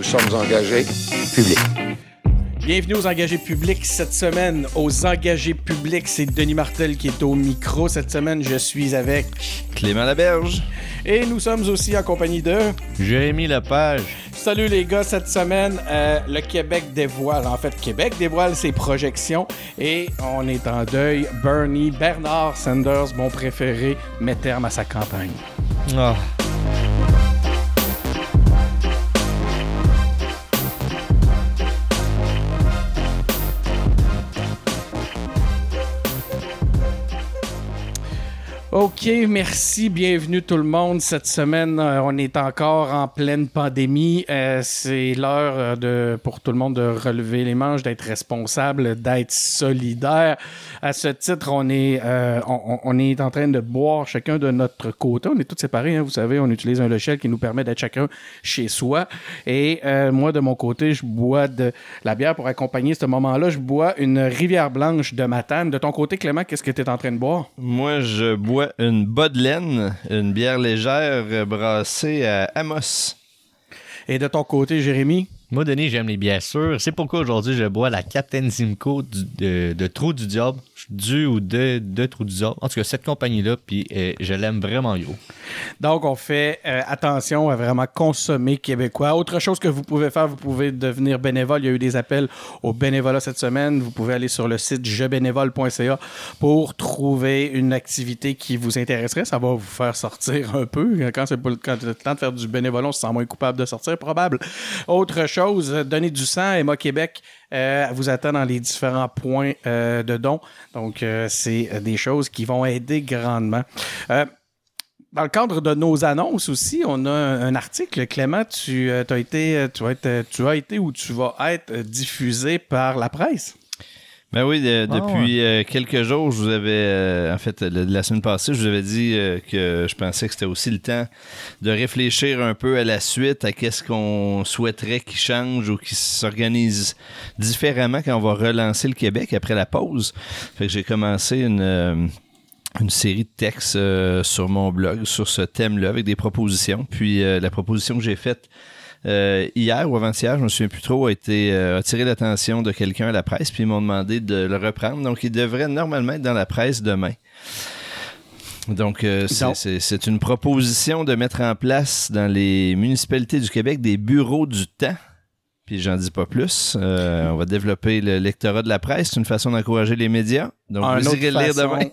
Nous sommes engagés publics. Bienvenue aux engagés publics cette semaine. Aux engagés publics, c'est Denis Martel qui est au micro. Cette semaine, je suis avec Clément Laberge. Et nous sommes aussi en compagnie de Jérémy Lepage. Salut les gars, cette semaine, le Québec dévoile. En fait, Québec dévoile ses projections et on est en deuil. Bernard Sanders, mon préféré, met terme à sa campagne. Oh. OK, merci, bienvenue tout le monde. Cette semaine, on est encore en pleine pandémie. C'est l'heure pour tout le monde de relever les manches, d'être responsable, d'être solidaire. À ce titre, on est en train de boire chacun de notre côté. On est tous séparés, hein, vous savez, on utilise un logiciel qui nous permet d'être chacun chez soi. Et moi, de mon côté, je bois de la bière pour accompagner ce moment-là. Je bois une Rivière Blanche de Matane. De ton côté, Clément, qu'est-ce que tu es en train de boire? Moi, je bois une Bodleian, une bière légère brassée à Amos. Et de ton côté, Jérémy? Moi, Denis, j'aime les bières sûres. C'est pourquoi aujourd'hui, je bois la Captain Simcoe de Trou du Diable. De Trou du Diable. En tout cas, cette compagnie-là, puis je l'aime vraiment gros. Donc, on fait attention à vraiment consommer québécois. Autre chose que vous pouvez faire, vous pouvez devenir bénévole. Il y a eu des appels au bénévolat cette semaine. Vous pouvez aller sur le site jebénévole.ca pour trouver une activité qui vous intéresserait. Ça va vous faire sortir un peu. Quand c'est le temps de faire du bénévolat, on se sent moins coupable de sortir, probable. Autre chose, donner du sang, Emma Québec vous attend dans les différents points de dons. Donc, c'est des choses qui vont aider grandement. Dans le cadre de nos annonces aussi, on a un article. Clément, tu as été ou tu vas être diffusé par la presse. Ben oui, depuis quelques jours, je vous avais, en fait, la semaine passée, je vous avais dit que je pensais que c'était aussi le temps de réfléchir un peu à la suite, à qu'est-ce qu'on souhaiterait qu'il change ou qu'il s'organise différemment quand on va relancer le Québec après la pause. Fait que j'ai commencé une série de textes sur mon blog sur ce thème-là avec des propositions. Puis la proposition que j'ai faite hier ou avant-hier, je me souviens plus trop, a attiré l'attention de quelqu'un à la presse, puis ils m'ont demandé de le reprendre. Donc, il devrait normalement être dans la presse demain. Donc, c'est une proposition de mettre en place dans les municipalités du Québec des bureaux du temps. Puis j'en dis pas plus. On va développer le lectorat de la presse. C'est une façon d'encourager les médias. Donc, vous irez lire demain.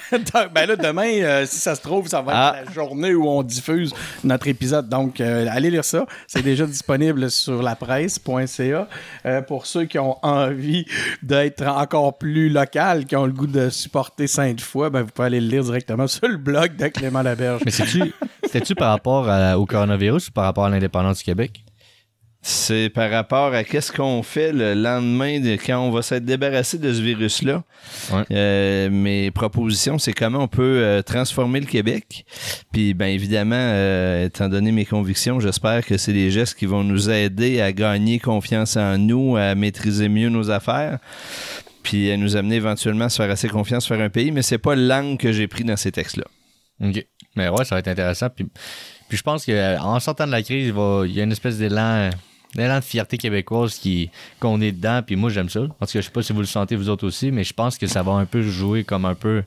Ben là, demain, si ça se trouve, ça va être la journée où on diffuse notre épisode. Donc, allez lire ça. C'est déjà disponible sur lapresse.ca. Pour ceux qui ont envie d'être encore plus local, qui ont le goût de supporter Sainte-Foy, ben, vous pouvez aller le lire directement sur le blog de Clément Laberge. Mais c'était-tu par rapport au coronavirus ou par rapport à l'indépendance du Québec? C'est par rapport à qu'est-ce qu'on fait le lendemain quand on va s'être débarrassé de ce virus-là. Ouais. Mes propositions, c'est comment on peut transformer le Québec. Puis, bien évidemment, étant donné mes convictions, j'espère que c'est des gestes qui vont nous aider à gagner confiance en nous, à maîtriser mieux nos affaires, puis à nous amener éventuellement à se faire assez confiance, faire un pays. Mais c'est pas l'angle que j'ai pris dans ces textes-là. OK. Mais ouais, ça va être intéressant. Puis je pense qu'en sortant de la crise, il y a une espèce d'élan de fierté québécoise qu'on est dedans, puis moi j'aime ça. En tout cas, je sais pas si vous le sentez vous autres aussi, mais je pense que ça va un peu jouer comme un peu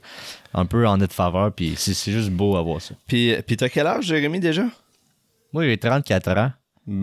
en notre faveur, puis c'est juste beau à voir ça. Puis t'as quel âge, Jérémy, déjà? Moi, j'ai 34 ans.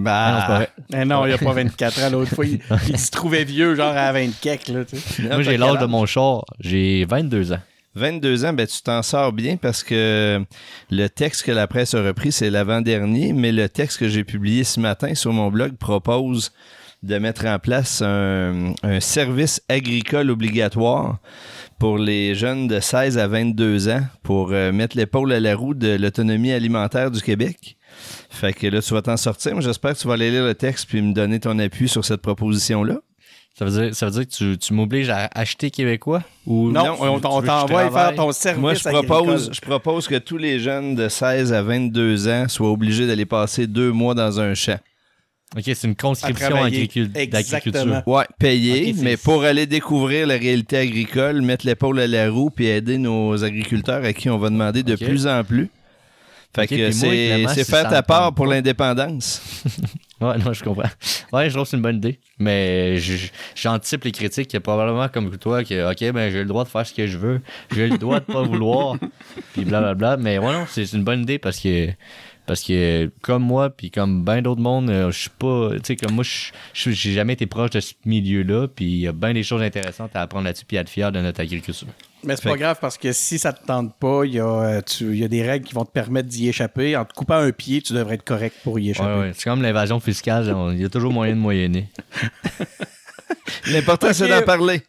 Bah non, il n'y a pas 24 ans. L'autre fois, il se trouvait vieux, genre à 24, là, tu sais. Moi, j'ai l'âge de mon char. J'ai 22 ans. 22 ans, ben tu t'en sors bien parce que le texte que la presse a repris, c'est l'avant-dernier, mais le texte que j'ai publié ce matin sur mon blog propose de mettre en place un service agricole obligatoire pour les jeunes de 16 à 22 ans pour mettre l'épaule à la roue de l'autonomie alimentaire du Québec. Fait que là, tu vas t'en sortir. Moi, j'espère que tu vas aller lire le texte puis me donner ton appui sur cette proposition-là. Ça veut dire que tu m'obliges à acheter québécois? Ou non, on t'envoie faire ton service. Moi, je propose que tous les jeunes de 16 à 22 ans soient obligés d'aller passer 2 mois dans un champ. OK, c'est une conscription d'agriculture. Ouais, payée, mais pour aller découvrir la réalité agricole, mettre l'épaule à la roue puis aider nos agriculteurs à qui on va demander de plus en plus. Fait que c'est faire ta part pour l'indépendance. Ouais, non, je comprends. Ouais, je trouve que c'est une bonne idée. Mais j'anticipe les critiques. Il y a probablement comme toi que, OK, ben j'ai le droit de faire ce que je veux. J'ai le droit de pas vouloir. Puis blablabla. Mais ouais, non, c'est une bonne idée parce que comme moi, puis comme bien d'autres mondes, je suis pas. Tu sais, comme moi, j'ai jamais été proche de ce milieu-là. Puis il y a bien des choses intéressantes à apprendre là-dessus, puis à être fier de notre agriculture. Mais c'est pas grave parce que si ça te tente pas, il y a des règles qui vont te permettre d'y échapper. En te coupant un pied, tu devrais être correct pour y échapper. Ouais. C'est comme l'invasion fiscale. Il y a toujours moyen de moyenner. L'important, c'est d'en parler.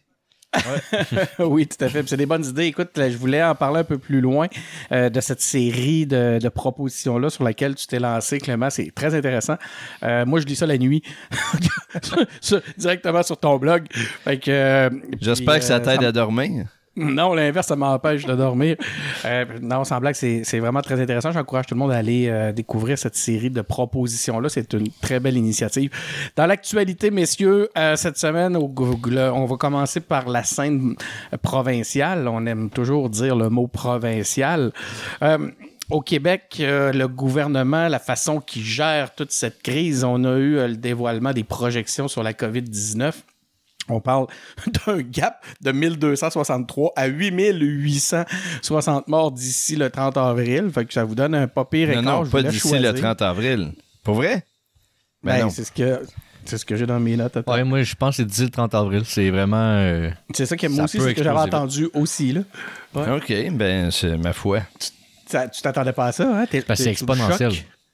Oui, tout à fait. Puis c'est des bonnes idées. Écoute, là, je voulais en parler un peu plus loin de cette série de propositions-là sur laquelle tu t'es lancé, Clément. C'est très intéressant. Moi, je lis ça la nuit, directement sur ton blog. Fait que, j'espère que ça t'aide à dormir. Non, l'inverse, ça m'empêche de dormir. Non, sans blague, c'est vraiment très intéressant. J'encourage tout le monde à aller découvrir cette série de propositions-là. C'est une très belle initiative. Dans l'actualité, messieurs, cette semaine, on va commencer par la scène provinciale. On aime toujours dire le mot provincial. Au Québec, le gouvernement, la façon qu'il gère toute cette crise, on a eu le dévoilement des projections sur la COVID-19. On parle d'un gap de 1263 à 8860 morts d'ici le 30 avril. Fait que ça vous donne un pas pire écart. Non, pas d'ici le 30 avril. Pour vrai? Ben, c'est ce que j'ai dans mes notes. Ouais, moi, je pense que c'est d'ici le 30 avril. C'est vraiment... c'est ça que moi aussi, c'est ce que j'avais entendu aussi. Là. Ouais. OK, ben, c'est ma foi. Tu t'attendais pas à ça, hein? Parce que c'est exponentiel.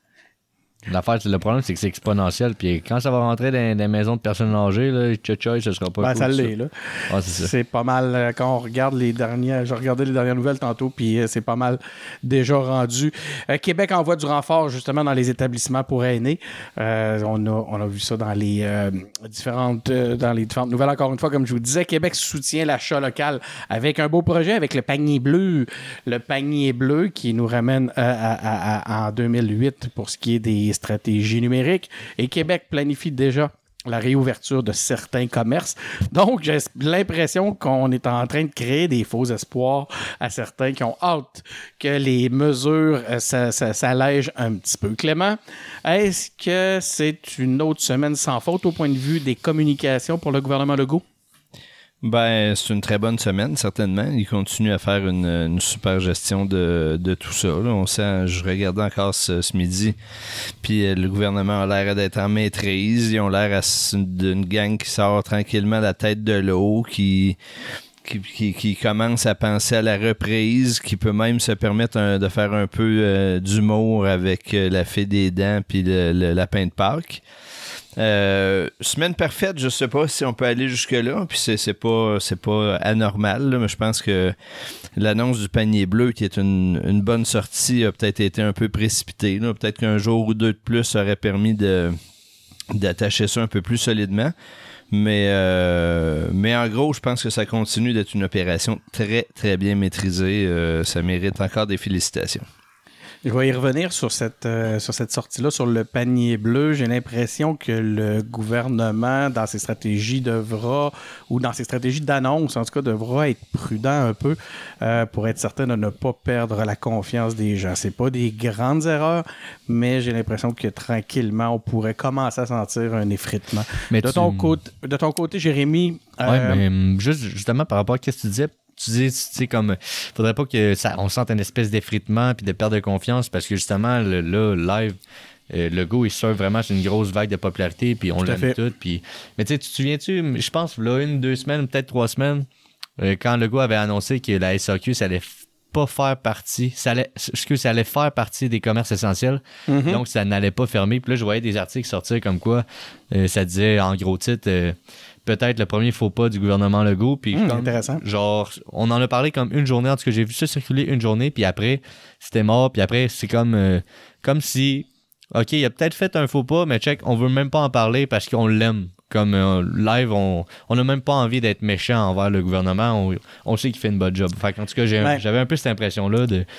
Le problème, c'est que c'est exponentiel. Puis quand ça va rentrer dans des maisons de personnes âgées, là, ce sera pas cool. Ça l'est, là. Ah, c'est ça. C'est pas mal. Quand on regarde les dernières... Je regardais les dernières nouvelles tantôt, puis c'est pas mal déjà rendu. Québec envoie du renfort, justement, dans les établissements pour aînés. On a vu ça dans les différentes nouvelles. Encore une fois, comme je vous disais, Québec soutient l'achat local avec un beau projet, avec le panier bleu. Le panier bleu qui nous ramène en 2008 pour ce qui est des stratégies numériques. Et Québec planifie déjà la réouverture de certains commerces. Donc, j'ai l'impression qu'on est en train de créer des faux espoirs à certains qui ont hâte que les mesures s'allègent un petit peu. Clément, est-ce que c'est une autre semaine sans faute au point de vue des communications pour le gouvernement Legault? Ben, c'est une très bonne semaine, certainement. Il continue à faire une super gestion de tout ça. Là. On sent, je regardais encore ce midi, puis le gouvernement a l'air d'être en maîtrise. Ils ont l'air d'une gang qui sort tranquillement la tête de l'eau, qui commence à penser à la reprise, qui peut même se permettre de faire un peu d'humour avec la fée des dents puis le lapin de Pâques. Semaine parfaite, je sais pas si on peut aller jusque-là, puis c'est pas anormal, là, mais je pense que l'annonce du panier bleu, qui est une bonne sortie, a peut-être été un peu précipitée. Là. Peut-être qu'un jour ou deux de plus aurait permis d'attacher ça un peu plus solidement. Mais en gros, je pense que ça continue d'être une opération très, très bien maîtrisée. Ça mérite encore des félicitations. Je vais y revenir sur cette sortie-là, sur le panier bleu. J'ai l'impression que le gouvernement, dans ses stratégies dans ses stratégies d'annonce, en tout cas, devra être prudent un peu pour être certain de ne pas perdre la confiance des gens. C'est pas des grandes erreurs, mais j'ai l'impression que tranquillement, on pourrait commencer à sentir un effritement. Mais de ton côté, Jérémy... mais justement, par rapport à ce que tu disais, tu dis, comme, faudrait pas on sente une espèce d'effritement puis de perte de confiance parce que justement, là, live, Legault, il sort vraiment sur une grosse vague de popularité puis on l'aime tout. Puis... Mais tu sais, tu te souviens-tu, je pense, là, 1-2 semaines, peut-être 3 semaines, quand Legault avait annoncé que la SAQ, ça allait pas faire partie, ça allait faire partie des commerces essentiels, donc ça n'allait pas fermer. Puis là, je voyais des articles sortir comme quoi ça disait en gros titre peut-être le premier faux pas du gouvernement Legault. Puis intéressant. Genre, on en a parlé comme une journée, en tout cas, j'ai vu ça circuler une journée, puis après, c'était mort, puis après, c'est comme si, OK, il a peut-être fait un faux pas, mais check, on veut même pas en parler parce qu'on l'aime. Comme live, on n'a même pas envie d'être méchant envers le gouvernement. On sait qu'il fait une bonne job. Fait en tout cas, j'avais un peu cette impression-là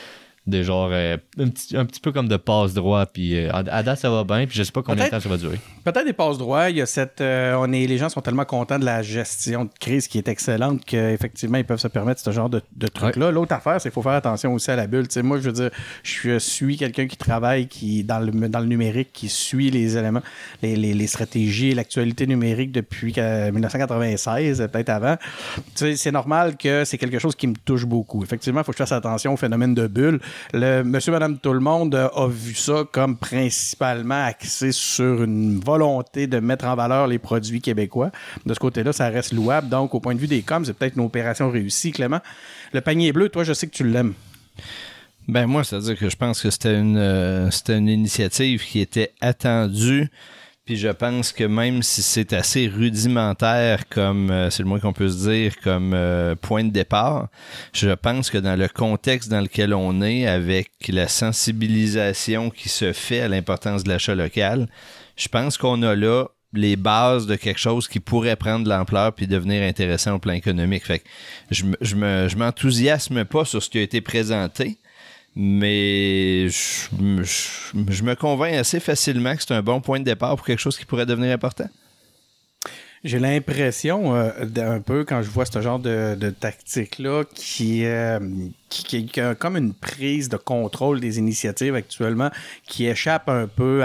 de genre un petit peu comme de passe-droit. Puis à date, ça va bien. Puis je sais pas combien de temps ça va durer. Peut-être des passe-droits. Il y a les gens sont tellement contents de la gestion de crise qui est excellente qu'effectivement, ils peuvent se permettre ce genre de trucs-là. Ouais. L'autre affaire, c'est qu'il faut faire attention aussi à la bulle. T'sais, moi, je veux dire, je suis quelqu'un qui travaille dans le numérique, qui suit les éléments, les stratégies et l'actualité numérique depuis 1996, peut-être avant. T'sais, c'est normal que c'est quelque chose qui me touche beaucoup. Effectivement, il faut que je fasse attention au phénomène de bulle. Le monsieur, madame, tout le monde a vu ça comme principalement axé sur une volonté de mettre en valeur les produits québécois. De ce côté-là, ça reste louable. Donc, au point de vue des coms, c'est peut-être une opération réussie, Clément. Le panier bleu, toi, je sais que tu l'aimes. Ben moi, c'est-à-dire que je pense que c'était une initiative qui était attendue. Puis je pense que même si c'est assez rudimentaire comme, c'est le moins qu'on peut se dire, comme point de départ, je pense que dans le contexte dans lequel on est, avec la sensibilisation qui se fait à l'importance de l'achat local, je pense qu'on a là les bases de quelque chose qui pourrait prendre de l'ampleur puis devenir intéressant au plan économique. Fait que je m'enthousiasme pas sur ce qui a été présenté, mais je me convainc assez facilement que c'est un bon point de départ pour quelque chose qui pourrait devenir important. J'ai l'impression, un peu, quand je vois ce genre de tactique-là, qui a comme une prise de contrôle des initiatives actuellement, qui échappe un peu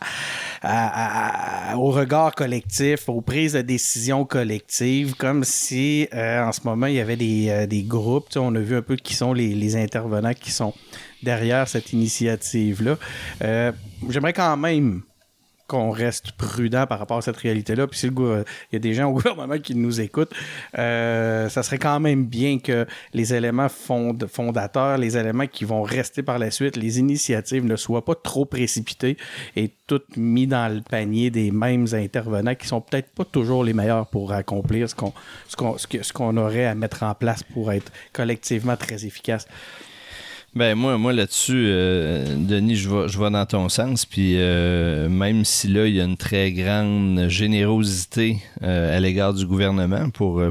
au regard collectif, aux prises de décision collectives, comme si, en ce moment, il y avait des groupes. On a vu un peu qui sont les intervenants qui sont derrière cette initiative-là. J'aimerais quand même qu'on reste prudent par rapport à cette réalité-là. Puis il y a des gens au gouvernement qui nous écoutent, ça serait quand même bien que les éléments fondateurs, les éléments qui vont rester par la suite, les initiatives ne soient pas trop précipitées et toutes mis dans le panier des mêmes intervenants qui sont peut-être pas toujours les meilleurs pour accomplir ce qu'on aurait à mettre en place pour être collectivement très efficace. Ben moi là-dessus, Denis, je vais dans ton sens, puis même si là, il y a une très grande générosité à l'égard du gouvernement pour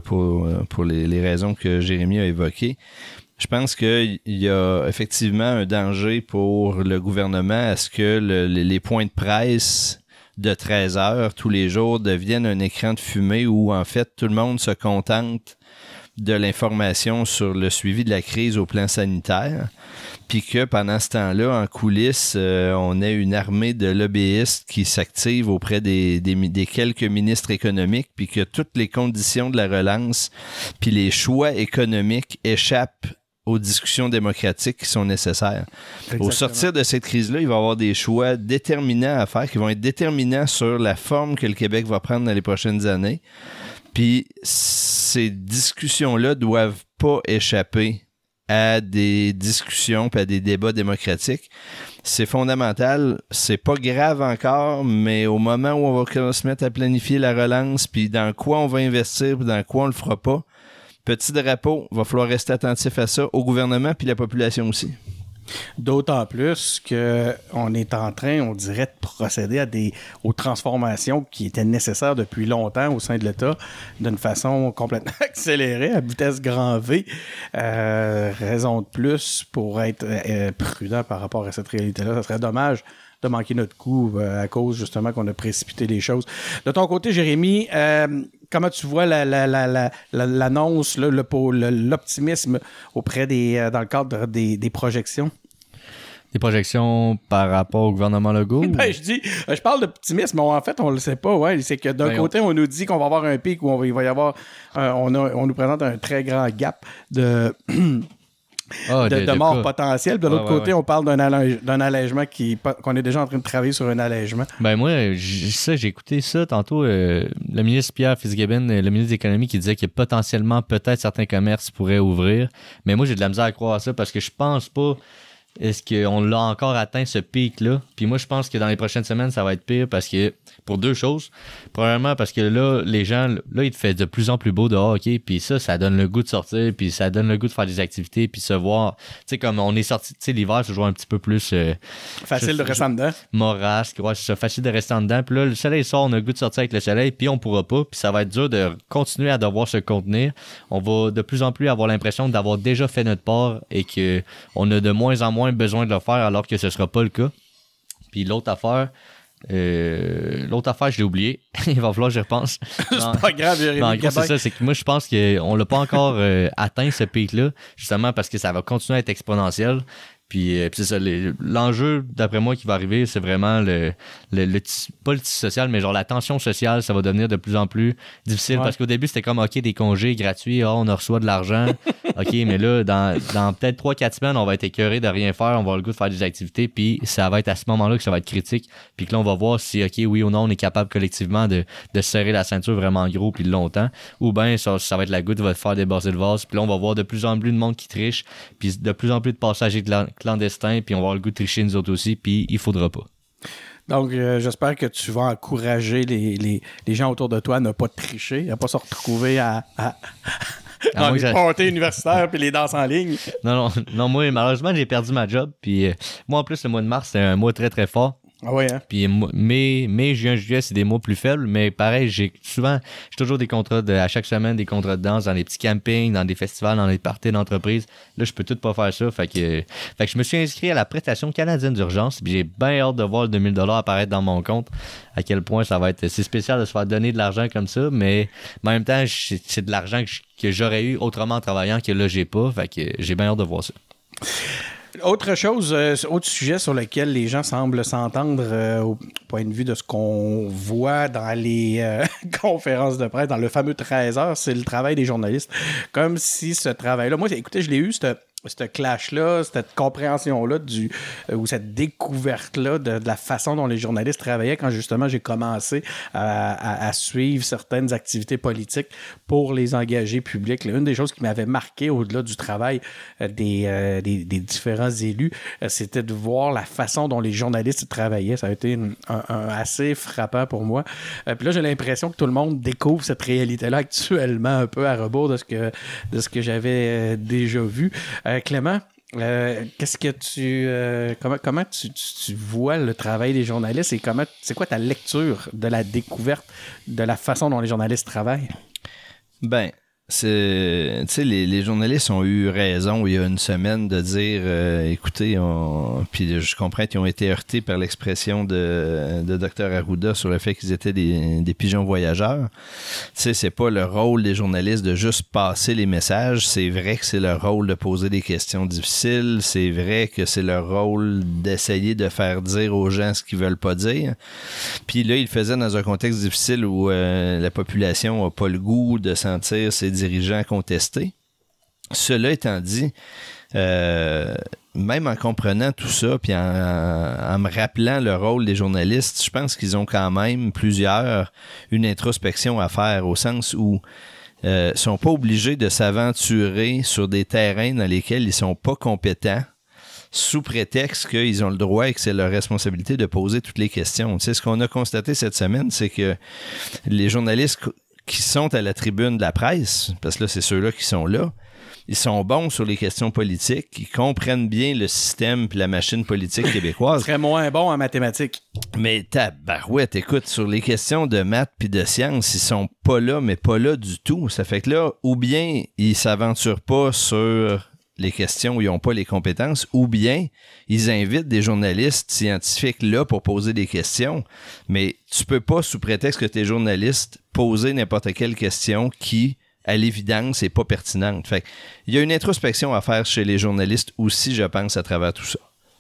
les raisons que Jérémy a évoquées, je pense qu'il y a effectivement un danger pour le gouvernement à ce que les points de presse de 13 heures tous les jours deviennent un écran de fumée où, en fait, tout le monde se contente de l'information sur le suivi de la crise au plan sanitaire, puis que pendant ce temps-là, en coulisses, on ait une armée de lobbyistes qui s'activent auprès des quelques ministres économiques, puis que toutes les conditions de la relance, puis les choix économiques échappent aux discussions démocratiques qui sont nécessaires. Exactement. Au sortir de cette crise-là, il va y avoir des choix déterminants à faire, qui vont être déterminants sur la forme que le Québec va prendre dans les prochaines années. Puis ces discussions-là doivent pas échapper à des discussions et à des débats démocratiques. C'est fondamental. C'est pas grave encore, mais au moment où on va se mettre à planifier la relance, puis dans quoi on va investir, puis dans quoi on le fera pas, petit drapeau, va falloir rester attentif à ça, au gouvernement puis la population aussi. D'autant plus qu'on est en train, on dirait, de procéder aux transformations qui étaient nécessaires depuis longtemps au sein de l'État d'une façon complètement accélérée, à vitesse grand V. Raison de plus pour être prudent par rapport à cette réalité-là. Ça serait dommage de manquer notre coup à cause justement qu'on a précipité les choses. De ton côté, Jérémy, comment tu vois l'annonce, l'optimisme auprès dans le cadre des projections? Des projections par rapport au gouvernement Legault? Ben, je parle d'optimisme, mais en fait, on le sait pas. Ouais. C'est que d'un côté, on nous dit qu'on va avoir un pic où il va y avoir... on nous présente un très grand gap de mort potentielle. De l'autre côté, on parle d'un allègement qu'on est déjà en train de travailler sur un allègement. Ben moi, j'ai écouté ça tantôt. Le ministre Pierre Fitzgibbon, le ministre de l'Économie, qui disait que potentiellement, peut-être certains commerces pourraient ouvrir. Mais moi, j'ai de la misère à croire à ça parce que je pense pas... Est-ce qu'on l'a encore atteint, ce pic-là? Puis moi, je pense que dans les prochaines semaines, ça va être pire parce que, pour deux choses. Premièrement, parce que là, les gens, là, il te fait de plus en plus beau dehors, OK? Puis ça donne le goût de sortir, puis ça donne le goût de faire des activités, puis se voir. Tu sais, comme on est sorti, tu sais, l'hiver, c'est toujours un petit peu plus... facile de rester en dedans. Morasque, ouais, c'est ça, facile de rester en dedans. Puis là, le soleil sort, on a le goût de sortir avec le soleil, puis on pourra pas, puis ça va être dur de continuer à devoir se contenir. On va de plus en plus avoir l'impression d'avoir déjà fait notre part et qu'on a de moins en moins moins besoin de le faire alors que ce sera pas le cas. Puis l'autre affaire, je l'ai oublié. Il va falloir que j'y repense. C'est pas grave, Jérémy. En gros, c'est ça. C'est que moi, je pense qu'on l'a pas encore atteint, ce pic-là, justement parce que ça va continuer à être exponentiel. Puis c'est ça, l'enjeu, d'après moi, qui va arriver, c'est vraiment pas le tissu social, mais genre la tension sociale, ça va devenir de plus en plus difficile. Parce qu'au début, c'était comme, OK, des congés gratuits, on en reçoit de l'argent. OK, mais là, dans peut-être 3-4 semaines, on va être écœuré de rien faire, on va avoir le goût de faire des activités, puis ça va être à ce moment-là que ça va être critique. Puis que là, on va voir si, OK, oui ou non, on est capable collectivement de serrer la ceinture vraiment gros puis longtemps. Ou bien, ça va être la goutte qui va te faire débasser le vase. Puis là, on va voir de plus en plus de monde qui triche, puis de plus en plus de passagers clandestins, puis on va avoir le goût de tricher nous autres aussi, puis il faudra pas. Donc, j'espère que tu vas encourager les gens autour de toi à ne pas tricher, à ne pas se retrouver dans les parties universitaires puis les danses en ligne. Non, moi, malheureusement, j'ai perdu ma job, puis moi, en plus, le mois de mars, c'est un mois très, très fort. Ah ouais, hein? Puis mai, juin, juillet, c'est des mois plus faibles, mais pareil, j'ai toujours des contrats à chaque semaine, des contrats de danse dans des petits campings, dans des festivals, dans des parties d'entreprise. Là, je peux tout pas faire ça. Fait que je me suis inscrit à la prestation canadienne d'urgence, puis j'ai bien hâte de voir le 2000 $ apparaître dans mon compte. À quel point ça va être... C'est spécial de se faire donner de l'argent comme ça, mais en même temps, c'est de l'argent que j'aurais eu autrement en travaillant que là, j'ai pas. Fait que j'ai bien hâte de voir ça. Autre chose, autre sujet sur lequel les gens semblent s'entendre au point de vue de ce qu'on voit dans les conférences de presse, dans le fameux 13 heures, c'est le travail des journalistes. Comme si ce travail-là... Moi, écoutez, je l'ai eu, ce clash-là, cette compréhension-là ou cette découverte-là de la façon dont les journalistes travaillaient quand justement j'ai commencé à suivre certaines activités politiques pour les engagés publics. Une des choses qui m'avait marqué au-delà du travail des différents élus, c'était de voir la façon dont les journalistes travaillaient. Ça a été assez frappant pour moi. Puis là, j'ai l'impression que tout le monde découvre cette réalité-là actuellement un peu à rebours de ce que j'avais déjà vu. Clément, qu'est-ce que comment tu vois le travail des journalistes et c'est quoi ta lecture de la découverte de la façon dont les journalistes travaillent? Ben, les journalistes ont eu raison il y a une semaine de dire écoutez, puis je comprends qu'ils ont été heurtés par l'expression de Dr Arruda sur le fait qu'ils étaient des pigeons voyageurs. C'est pas le rôle des journalistes de juste passer les messages. C'est vrai que c'est leur rôle de poser des questions difficiles. C'est vrai que c'est leur rôle d'essayer de faire dire aux gens ce qu'ils veulent pas dire. Puis là, ils le faisaient dans un contexte difficile où la population n'a pas le goût de sentir ses dirigeants contestés. Cela étant dit, même en comprenant tout ça, puis en me rappelant le rôle des journalistes, je pense qu'ils ont quand même une introspection à faire, au sens où ils sont pas obligés de s'aventurer sur des terrains dans lesquels ils sont pas compétents, sous prétexte qu'ils ont le droit et que c'est leur responsabilité de poser toutes les questions. Tu sais, ce qu'on a constaté cette semaine, c'est que les journalistes qui sont à la tribune de la presse, parce que là, c'est ceux-là qui sont là, ils sont bons sur les questions politiques, ils comprennent bien le système et la machine politique québécoise. Ils seraient moins bons en mathématiques. Mais tabarouette, écoute, sur les questions de maths puis de sciences, ils sont pas là, mais pas là du tout. Ça fait que là, ou bien ils s'aventurent pas sur les questions où ils n'ont pas les compétences, ou bien ils invitent des journalistes scientifiques là pour poser des questions, mais tu peux pas, sous prétexte que tu es journaliste, poser n'importe quelle question qui, à l'évidence, n'est pas pertinente. Fait il y a une introspection à faire chez les journalistes aussi, je pense, à travers tout ça.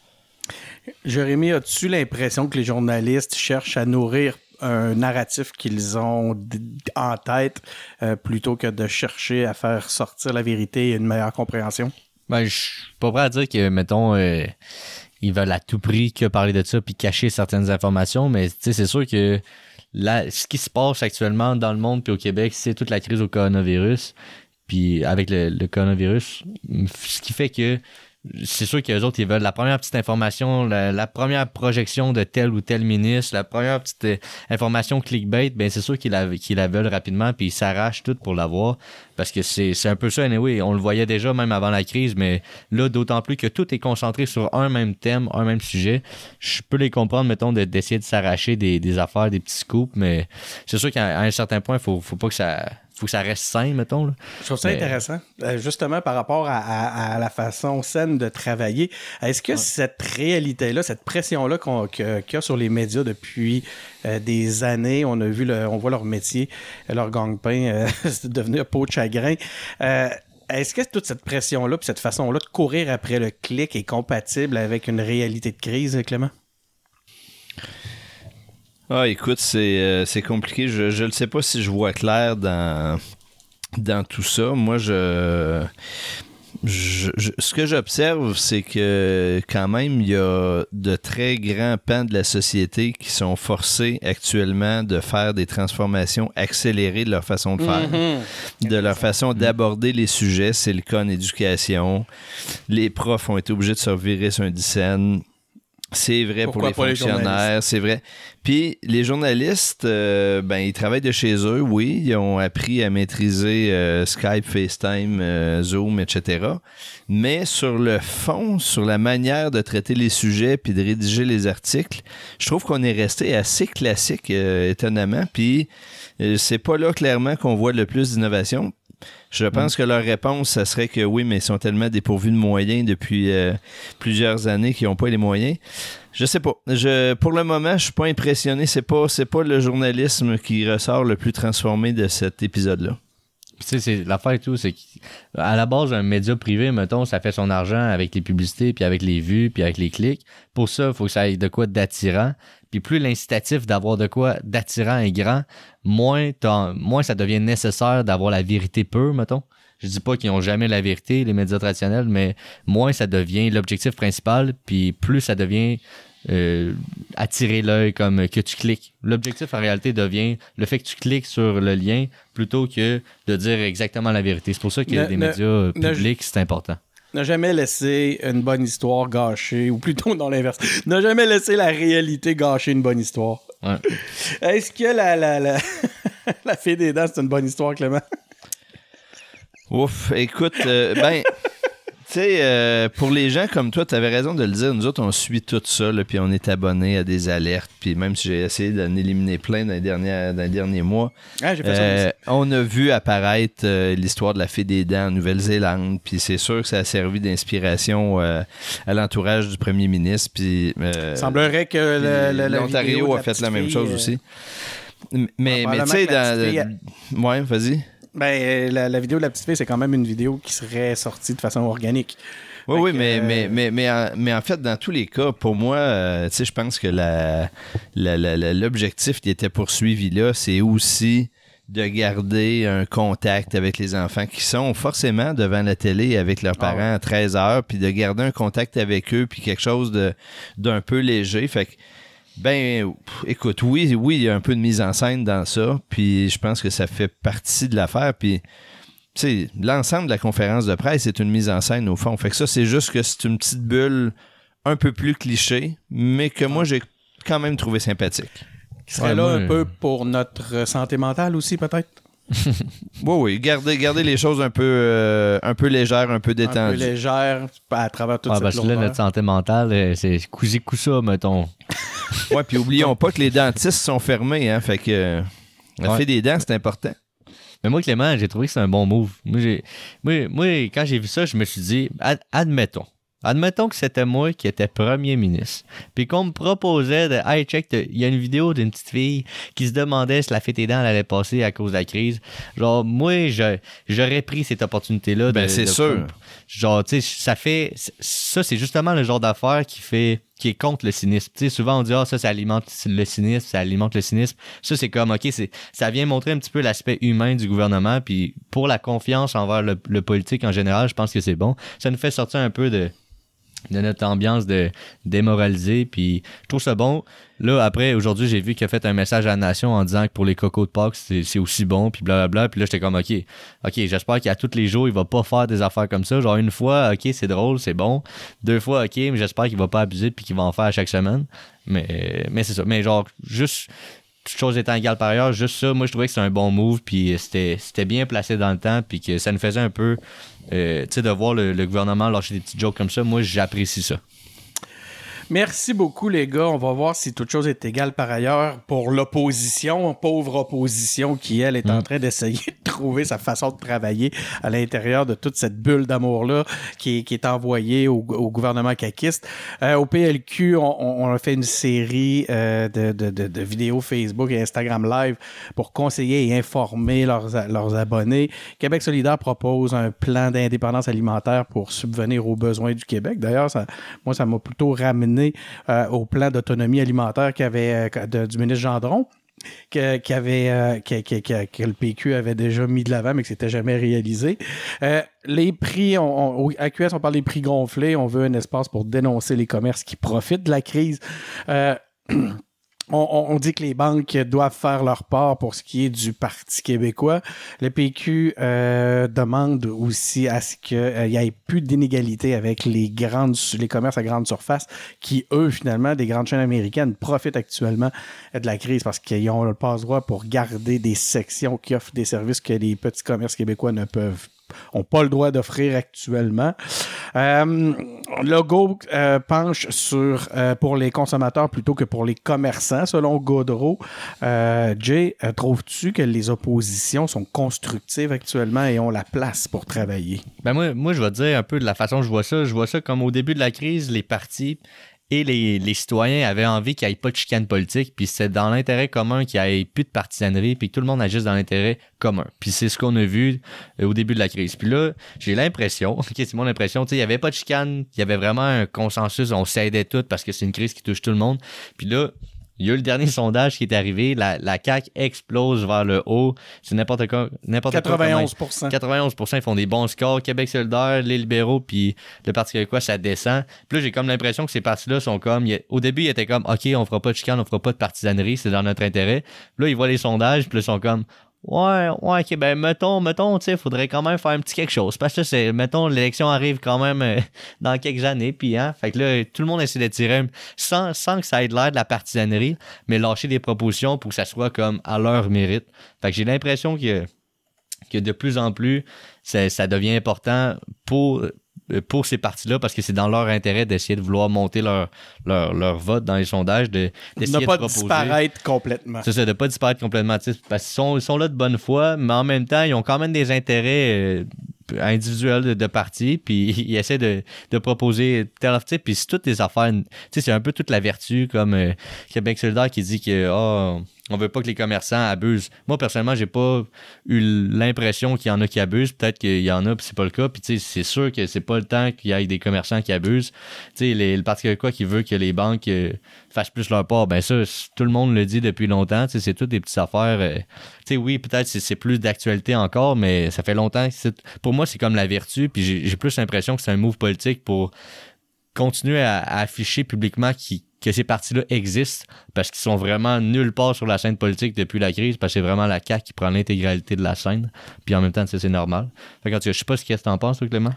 Jérémy, as-tu l'impression que les journalistes cherchent à nourrir un narratif qu'ils ont en tête plutôt que de chercher à faire sortir la vérité et une meilleure compréhension? Ben, je suis pas prêt à dire que, mettons, ils veulent à tout prix que parler de ça puis cacher certaines informations, mais c'est sûr que ce qui se passe actuellement dans le monde puis au Québec, c'est toute la crise au coronavirus. Puis avec le coronavirus, ce qui fait que c'est sûr qu'eux autres, ils veulent la première petite information, la première projection de tel ou tel ministre, la première petite information clickbait, ben c'est sûr qu'ils la veulent rapidement, puis ils s'arrachent tout pour l'avoir, parce que c'est un peu ça, anyway, on le voyait déjà même avant la crise, mais là, d'autant plus que tout est concentré sur un même thème, un même sujet. Je peux les comprendre, mettons, d'essayer de s'arracher des affaires, des petits scoops, mais c'est sûr qu'à un certain point, faut pas que ça faut que ça reste sain, mettons. Là. Je trouve ça intéressant, justement par rapport à la façon saine de travailler. Est-ce que cette réalité-là, cette pression-là qu'il y a sur les médias depuis des années, on voit leur métier, leur gang-pain devenir peau de chagrin. Est-ce que toute cette pression-là puis cette façon-là de courir après le clic est compatible avec une réalité de crise, Clément? Ah, écoute, c'est compliqué. Je ne sais pas si je vois clair dans tout ça. Moi, ce que j'observe, c'est que quand même, il y a de très grands pans de la société qui sont forcés actuellement de faire des transformations accélérées de leur façon de faire, de leur façon d'aborder les sujets. C'est le cas en éducation. Les profs ont été obligés de se revirer sur un dixaine. C'est vrai pour les fonctionnaires, c'est vrai. Puis les journalistes, ils travaillent de chez eux, oui. Ils ont appris à maîtriser Skype, FaceTime, Zoom, etc. Mais sur le fond, sur la manière de traiter les sujets puis de rédiger les articles, je trouve qu'on est resté assez classique, étonnamment. Puis c'est pas là clairement qu'on voit le plus d'innovation. Je pense que leur réponse, ça serait que oui, mais ils sont tellement dépourvus de moyens depuis plusieurs années qu'ils n'ont pas les moyens. Je sais pas. Pour le moment, je suis pas impressionné. C'est pas le journalisme qui ressort le plus transformé de cet épisode-là. Tu sais, l'affaire et tout, c'est qu'à la base, un média privé, mettons, ça fait son argent avec les publicités, puis avec les vues, puis avec les clics. Pour ça, il faut que ça ait de quoi d'attirant. Puis plus l'incitatif d'avoir de quoi d'attirant est grand, moins ça devient nécessaire d'avoir la vérité pure, mettons. Je dis pas qu'ils n'ont jamais la vérité, les médias traditionnels, mais moins ça devient l'objectif principal, puis plus ça devient attirer l'œil comme que tu cliques. L'objectif en réalité devient le fait que tu cliques sur le lien plutôt que de dire exactement la vérité. C'est pour ça que les médias publics, c'est important. Ne jamais laisser une bonne histoire gâcher, ou plutôt dans l'inverse. Ne jamais laisser la réalité gâcher une bonne histoire. Ouais. Est-ce que la fée des dents, c'est une bonne histoire, Clément? Ouf, écoute, tu sais, pour les gens comme toi, tu avais raison de le dire. Nous autres, on suit tout ça, puis on est abonnés à des alertes. Puis même si j'ai essayé d'en éliminer plein dans les derniers mois, j'ai fait ça aussi. On a vu apparaître l'histoire de la fée des dents en Nouvelle-Zélande. Puis c'est sûr que ça a servi d'inspiration à l'entourage du premier ministre. Puis il semblerait que l'Ontario a fait la même chose aussi. Mais tu sais, ouais, vas-y. Ben, la vidéo de la petite fille, c'est quand même une vidéo qui serait sortie de façon organique. Oui, mais en fait, dans tous les cas, pour moi, tu sais, je pense que l'objectif qui était poursuivi là, c'est aussi de garder un contact avec les enfants qui sont forcément devant la télé avec leurs parents à 13 heures, puis de garder un contact avec eux, puis quelque chose d'un peu léger. Fait que écoute, oui, il y a un peu de mise en scène dans ça, puis je pense que ça fait partie de l'affaire, puis tu sais, l'ensemble de la conférence de presse est une mise en scène au fond. Fait que ça, c'est juste que c'est une petite bulle un peu plus cliché, mais que moi, j'ai quand même trouvé sympathique. Qui serait un peu pour notre santé mentale aussi, peut-être? Oui, garder les choses un peu légères, un peu détendues. Un peu légères à travers toute cette parce que là, notre santé mentale, c'est cousu-coussa, mettons. Ouais, puis oublions pas que les dentistes sont fermés, hein, fait que la fée des dents, c'est important. Mais moi, Clément, j'ai trouvé que c'est un bon move. Moi, quand j'ai vu ça, je me suis dit, admettons que c'était moi qui étais premier ministre, puis qu'on me proposait de « Hey, check, il y a une vidéo d'une petite fille qui se demandait si la fée des dents allait passer à cause de la crise. » Genre, moi, j'aurais pris cette opportunité-là. C'est sûr. Genre, tu sais, ça, c'est justement le genre d'affaire qui est contre le cynisme. Tu sais, souvent, on dit « ça alimente le cynisme, ça alimente le cynisme. » Ça, c'est comme, OK, ça vient montrer un petit peu l'aspect humain du gouvernement, puis pour la confiance envers le politique en général, je pense que c'est bon. Ça nous fait sortir un peu de notre ambiance de démoraliser, puis je trouve ça bon. Là, après, aujourd'hui, j'ai vu qu'il a fait un message à la nation en disant que pour les cocos de Pâques, c'est aussi bon, puis blablabla, puis là, j'étais comme, OK, j'espère qu'à tous les jours, il va pas faire des affaires comme ça. Genre, une fois, OK, c'est drôle, c'est bon. 2 fois, OK, mais j'espère qu'il va pas abuser, puis qu'il va en faire à chaque semaine. Mais c'est ça. Mais genre, juste... Toutes choses étant égales par ailleurs, juste ça, moi je trouvais que c'était un bon move, puis c'était bien placé dans le temps, puis que ça nous faisait un peu, tu sais, de voir le gouvernement lâcher des petits jokes comme ça. Moi, j'apprécie ça. Merci beaucoup, les gars. On va voir si toute chose est égale par ailleurs pour l'opposition, pauvre opposition qui, elle, est en train d'essayer de trouver sa façon de travailler à l'intérieur de toute cette bulle d'amour-là qui est envoyée au gouvernement caquiste. Au PLQ, on a fait une série de vidéos Facebook et Instagram Live pour conseiller et informer leurs abonnés. Québec solidaire propose un plan d'indépendance alimentaire pour subvenir aux besoins du Québec. D'ailleurs, ça m'a plutôt ramené au plan d'autonomie alimentaire du ministre Gendron, que le PQ avait déjà mis de l'avant, mais que c'était jamais réalisé. Les prix, à QS, on parle des prix gonflés. On veut un espace pour dénoncer les commerces qui profitent de la crise. On dit que les banques doivent faire leur part pour ce qui est du Parti québécois. Le PQ demande aussi à ce qu'il y ait plus d'inégalité avec les commerces à grande surface qui, eux, finalement, des grandes chaînes américaines profitent actuellement de la crise parce qu'ils ont le passe-droit pour garder des sections qui offrent des services que les petits commerces québécois n'ont pas le droit d'offrir actuellement. Legault penche pour les consommateurs plutôt que pour les commerçants, selon Gaudreault. Jay, trouves-tu que les oppositions sont constructives actuellement et ont la place pour travailler? Ben moi, je vais te dire un peu de la façon dont je vois ça. Je vois ça comme au début de la crise, les partis et les citoyens avaient envie qu'il n'y ait pas de chicane politique, puis c'est dans l'intérêt commun qu'il n'y ait plus de partisanerie, puis que tout le monde agisse dans l'intérêt commun. Puis c'est ce qu'on a vu au début de la crise. Puis là, j'ai l'impression, c'est mon impression, il n'y avait pas de chicane, il y avait vraiment un consensus, on s'aidait tous parce que c'est une crise qui touche tout le monde. Puis là, il y a eu le dernier sondage qui est arrivé, la CAQ explose vers le haut, c'est n'importe quoi. 91%. 91%, ils font des bons scores. Québec solidaire, les libéraux, puis le Parti québécois, ça descend. Puis là, j'ai comme l'impression que ces partis-là sont comme... Au début, ils étaient comme, OK, on fera pas de chicane, on fera pas de partisanerie, c'est dans notre intérêt. Puis là, ils voient les sondages, puis là, ils sont comme... Ouais, OK, ben mettons, tu sais, faudrait quand même faire un petit quelque chose. Parce que mettons, l'élection arrive quand même dans quelques années, puis fait que là, tout le monde essaie de tirer sans que ça ait l'air de la partisanerie, mais lâcher des propositions pour que ça soit comme à leur mérite. Fait que j'ai l'impression que de plus en plus, ça devient important pour ces partis-là, parce que c'est dans leur intérêt d'essayer de vouloir monter leur vote dans les sondages, d'essayer de pas disparaître complètement. C'est ça, de pas disparaître complètement. Parce qu'ils sont là de bonne foi, mais en même temps, ils ont quand même des intérêts individuels de partis, puis ils essaient de proposer tel type, puis c'est toutes des affaires, c'est un peu toute la vertu, comme Québec solidaire qui dit que on veut pas que les commerçants abusent. Moi, personnellement, j'ai pas eu l'impression qu'il y en a qui abusent. Peut-être qu'il y en a, puis c'est pas le cas. Puis, c'est sûr que c'est pas le temps qu'il y ait des commerçants qui abusent. Le Parti québécois qui veut que les banques fassent plus leur part, ben ça, tout le monde le dit depuis longtemps. C'est toutes des petites affaires. Oui, peut-être c'est plus d'actualité encore, mais ça fait longtemps. Pour moi, c'est comme la vertu. Puis, j'ai plus l'impression que c'est un move politique pour continuer à afficher publiquement que ces partis-là existent parce qu'ils sont vraiment nulle part sur la scène politique depuis la crise, parce que c'est vraiment la CAQ qui prend l'intégralité de la scène, puis en même temps, c'est normal. Fait que, je sais pas ce que t'en penses, toi, Clément?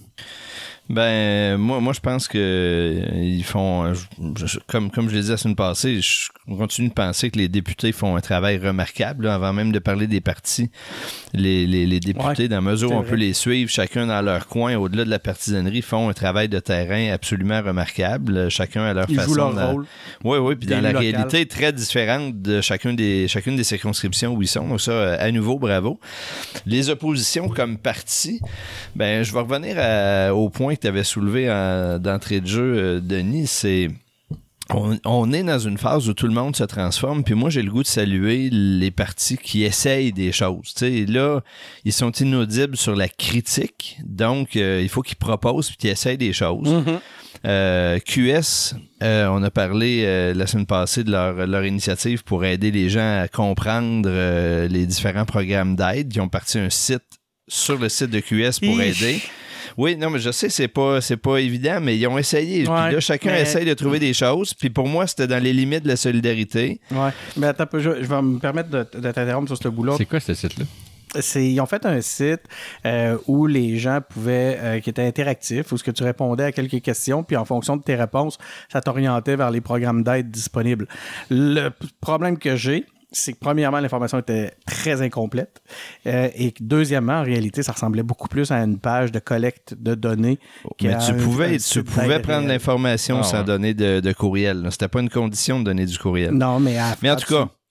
Ben, moi, je pense que ils font, comme je l'ai dit la semaine passée, je continue de penser que les députés font un travail remarquable, là, avant même de parler des partis. Les députés, dans la mesure où on peut les suivre, chacun dans leur coin, au-delà de la partisanerie, font un travail de terrain absolument remarquable, chacun à leur façon. Ils jouent leur rôle. Oui, puis dans la réalité très différente de chacune des circonscriptions où ils sont. Donc ça, à nouveau, bravo. Les oppositions comme parti, ben, je vais revenir au point que tu avais soulevé d'entrée de jeu, Denis, c'est on est dans une phase où tout le monde se transforme, puis moi j'ai le goût de saluer les partis qui essayent des choses. T'sais, là, ils sont inaudibles sur la critique, donc il faut qu'ils proposent puis qu'ils essayent des choses. QS, on a parlé la semaine passée de leur initiative pour aider les gens à comprendre les différents programmes d'aide. Ils ont parti un site sur le site de QS pour aider. Oui, non, mais je sais, c'est pas évident, mais ils ont essayé. Puis là, chacun essaye de trouver des choses. Puis pour moi, c'était dans les limites de la solidarité. Oui, mais attends un peu, je vais me permettre de t'interrompre sur ce bout-là. C'est quoi ce site-là? Ils ont fait un site où les gens pouvaient, qui était interactif, où ce que tu répondais à quelques questions, puis en fonction de tes réponses, ça t'orientait vers les programmes d'aide disponibles. Le problème que j'ai, c'est que premièrement, l'information était très incomplète et que deuxièmement, en réalité, ça ressemblait beaucoup plus à une page de collecte de données. Mais tu pouvais prendre l'information sans donner de courriel. Là. C'était pas une condition de donner du courriel. Non, mais en tout cas,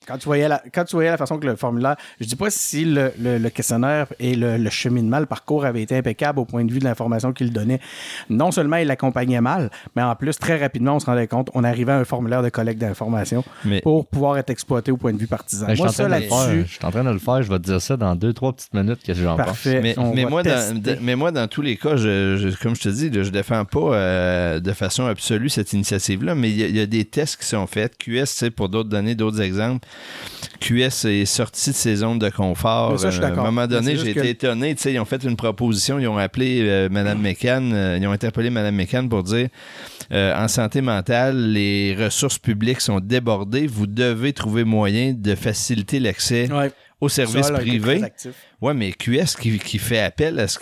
Quand tu voyais la façon que le formulaire... Je dis pas si le questionnaire et le cheminement, le parcours avait été impeccable au point de vue de l'information qu'il donnait. Non seulement il l'accompagnait mal, mais en plus, très rapidement, on se rendait compte, on arrivait à un formulaire de collecte d'informations pour pouvoir être exploité au point de vue partisan. Je suis en train de le faire. Je vais te dire ça dans 2-3 petites minutes que j'en pense. Mais moi, dans tous les cas, comme je te dis, je défends pas de façon absolue cette initiative-là, mais il y a des tests qui sont faits. QS, pour d'autres donner d'autres exemples, QS est sorti de ses zones de confort. Ça, je suis d'accord. À un moment donné, j'ai été étonné. Ils ont fait une proposition, ils ont appelé Mme McCann, ils ont interpellé Mme McCann pour dire en santé mentale, les ressources publiques sont débordées, vous devez trouver moyen de faciliter l'accès aux services privés. Oui, mais QS qui fait appel à ce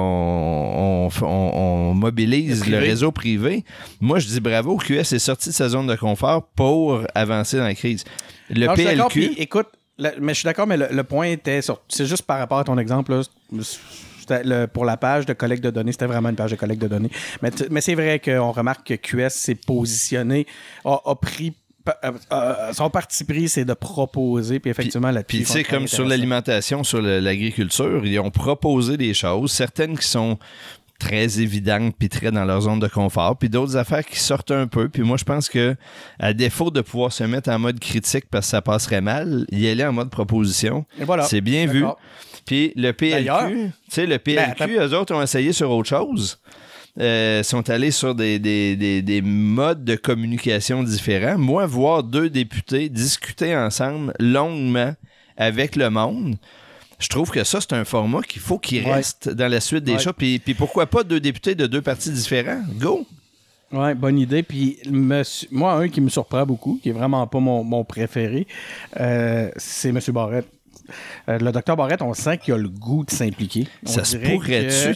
qu'on mobilise le réseau privé. Moi, je dis bravo, QS est sorti de sa zone de confort pour avancer dans la crise. Le PLQ... Écoute, mais je suis d'accord, mais le point était... C'est juste par rapport à ton exemple, là, pour la page de collecte de données, c'était vraiment une page de collecte de données. Mais c'est vrai qu'on remarque que QS s'est positionné, a pris... son parti pris, c'est de proposer, puis effectivement, là-dessus... Puis tu sais, comme sur l'alimentation, sur l'agriculture, ils ont proposé des choses, certaines qui sont très évidentes puis très dans leur zone de confort, puis d'autres affaires qui sortent un peu. Puis moi, je pense que à défaut de pouvoir se mettre en mode critique parce que ça passerait mal, y aller en mode proposition, c'est bien vu. Puis le PLQ, eux autres ont essayé sur autre chose. Sont allés sur des modes de communication différents. Moi, voir 2 députés discuter ensemble longuement avec le monde, je trouve que ça, c'est un format qu'il faut qu'il reste dans la suite des choses. Puis pourquoi pas 2 députés de 2 partis différents? Go! Oui, bonne idée. Puis moi, un qui me surprend beaucoup, qui est vraiment pas mon préféré, c'est M. Barrette. Le docteur Barrette, on sent qu'il a le goût de s'impliquer. Ça se pourrait-tu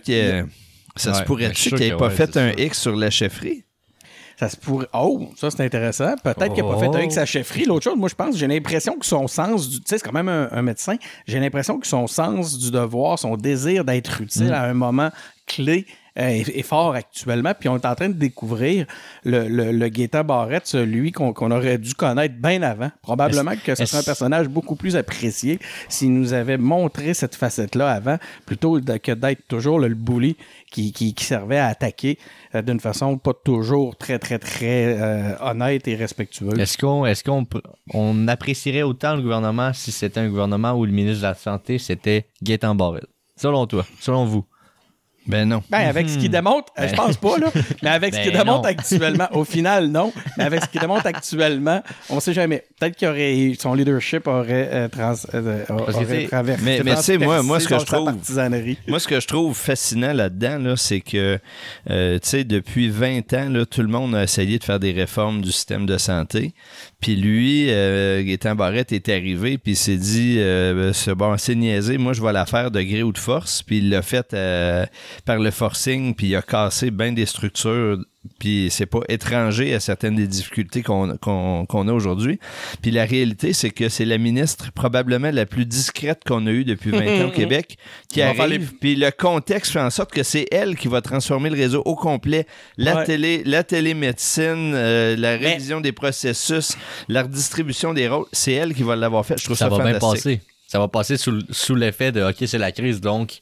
qu'il n'ait pas fait un X sur la chefferie? Ça se pourrait. Oh, ça c'est intéressant. Peut-être qu'il n'a pas fait un X à la chefferie. L'autre chose, moi je pense, j'ai l'impression que son sens du. Tu sais, c'est quand même un médecin. J'ai l'impression que son sens du devoir, son désir d'être utile à un moment clé est fort actuellement. Puis on est en train de découvrir le Gaétan Barrette, celui qu'on aurait dû connaître bien avant. Probablement que ce serait un personnage beaucoup plus apprécié s'il nous avait montré cette facette-là avant, plutôt que d'être toujours le bully qui servait à attaquer d'une façon pas toujours très, très, très honnête et respectueuse. Est-ce qu'on apprécierait autant le gouvernement si c'était un gouvernement où le ministre de la Santé, c'était Gaétan Barrette? Selon toi, selon vous? Ben non. Ben avec ce qu'il démontre, je pense pas, là, mais avec ce qu'il démontre actuellement, au final, non, mais avec ce qu'il démontre actuellement, on sait jamais. Peut-être son leadership aurait traversé. Mais tu sais, moi, ce que je trouve fascinant là-dedans, là, c'est que, tu sais, depuis 20 ans, là, tout le monde a essayé de faire des réformes du système de santé. Puis lui, Gaétan Barrette est arrivé, puis il s'est dit, c'est niaisé, moi, je vais la faire de gré ou de force. Puis il l'a fait par le forcing, puis il a cassé bien des structures, puis c'est pas étranger à certaines des difficultés qu'on a aujourd'hui. Puis la réalité, c'est que c'est la ministre probablement la plus discrète qu'on a eue depuis 20 ans au Québec qui arrive, puis le contexte fait en sorte que c'est elle qui va transformer le réseau au complet. La télémédecine, la révision des processus, la redistribution des rôles, c'est elle qui va l'avoir fait. Je trouve ça fantastique. Bien passer. Ça va passer sous l'effet de OK, c'est la crise, donc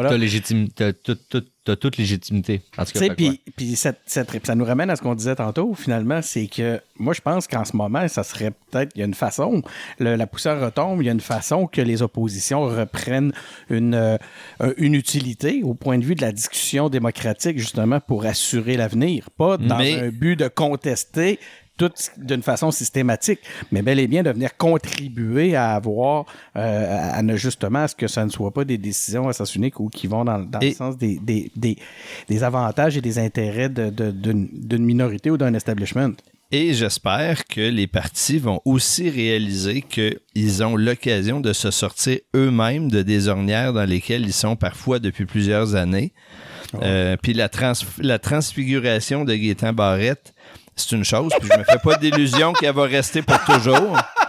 t'as toute légitimité. En tout cas, puis ça nous ramène à ce qu'on disait tantôt, finalement, c'est que moi, je pense qu'en ce moment, ça serait peut-être, il y a une façon, la poussière retombe, il y a une façon que les oppositions reprennent une utilité au point de vue de la discussion démocratique, justement, pour assurer l'avenir. Pas dans un but de contester tout d'une façon systématique, mais bel et bien de venir contribuer à avoir, justement, à ce que ça ne soit pas des décisions à sens unique ou qui vont dans le sens des avantages et des intérêts d'une minorité ou d'un establishment. Et j'espère que les partis vont aussi réaliser qu'ils ont l'occasion de se sortir eux-mêmes de des ornières dans lesquelles ils sont parfois depuis plusieurs années. Puis la transfiguration de Gaétan Barrette, c'est une chose, puis je me fais pas d'illusion qu'elle va rester pour toujours.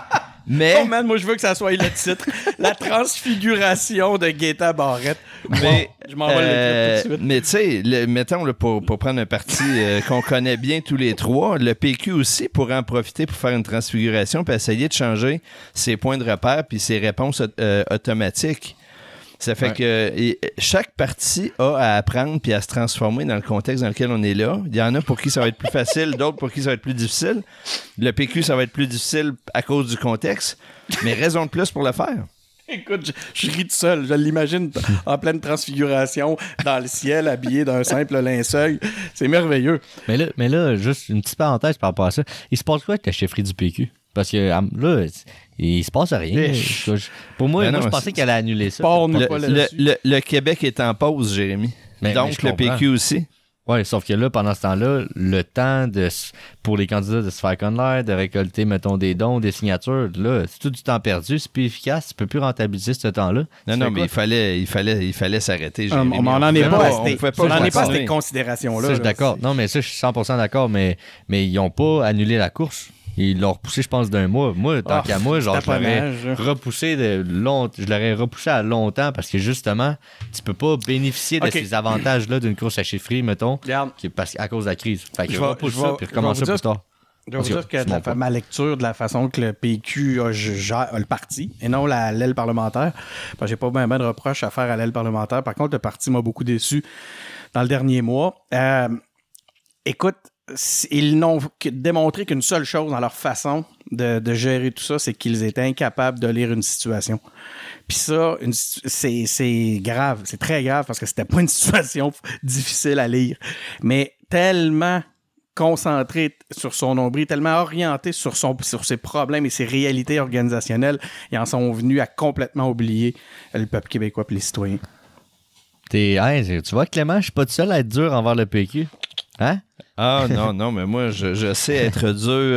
Mais, Oh man, moi je veux que ça soit le titre. La transfiguration de Gaétan Barrette. mais, Je m'en vais l'écrire tout de suite. mais tu sais, mettons, là, pour prendre un parti qu'on connaît bien tous les trois, le PQ aussi pourrait en profiter pour faire une transfiguration puis essayer de changer ses points de repère puis ses réponses automatiques. Ça fait que chaque parti a à apprendre puis à se transformer dans le contexte dans lequel on est là. Il y en a pour qui ça va être plus facile, d'autres pour qui ça va être plus difficile. Le PQ, ça va être plus difficile à cause du contexte, mais raison de plus pour le faire. Écoute, je ris tout seul. Je l'imagine en pleine transfiguration dans le ciel, habillé d'un simple linceul. C'est merveilleux. Mais là, juste une petite parenthèse par rapport à ça. Il se passe quoi avec la chefferie du PQ? Parce que là, il se passe rien. Pour moi, Ben non, je pensais qu'elle allait annuler ça. Porte-nous pas là-dessus. Le Québec est en pause, Jérémy. Mais Donc, je le comprends. PQ aussi. Oui, sauf que là, pendant ce temps-là, le temps pour les candidats de se faire connaître, de récolter, mettons, des dons, des signatures, là, c'est tout du temps perdu, c'est plus efficace, tu peux plus rentabiliser ce temps-là. Non, mais il fallait s'arrêter. On Jérémy. n'en est pas à pouvait ces- on n'en est pas à continuer. ces considérations-là. Ça, je suis là. d'accord. Non, mais ça, je suis 100% d'accord, mais ils n'ont pas annulé la course. Ils l'ont repoussé, je pense, d'un mois. Moi, tant qu'à moi, genre, je l'aurais taponnage. repoussé je l'aurais repoussé à longtemps parce que justement, tu peux pas bénéficier de Ok. ces avantages-là d'une course à chefferie, mettons, Regarde, à cause de la crise. Fait que Je vais- repousse je ça, vais- puis je recommence vais ça vous plus tard. je vais vous dire que c'est mon point. ma lecture de la façon que le PQ gère le parti et non l'aile parlementaire. Parce que j'ai pas bien de reproches à faire à l'aile parlementaire. Par contre, le parti m'a beaucoup déçu dans le dernier mois. Écoute, ils n'ont démontré qu'une seule chose dans leur façon de gérer tout ça, c'est qu'ils étaient incapables de lire une situation. Puis ça, c'est grave, c'est très grave parce que c'était pas une situation difficile à lire, mais tellement concentré sur son nombril, tellement orienté sur ses problèmes et ses réalités organisationnelles, ils en sont venus à complètement oublier le peuple québécois et les citoyens. Tu vois, Clément, je suis pas tout seul à être dur envers le PQ. Hein? Ah non, mais moi, je sais être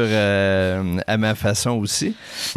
dur à ma façon aussi.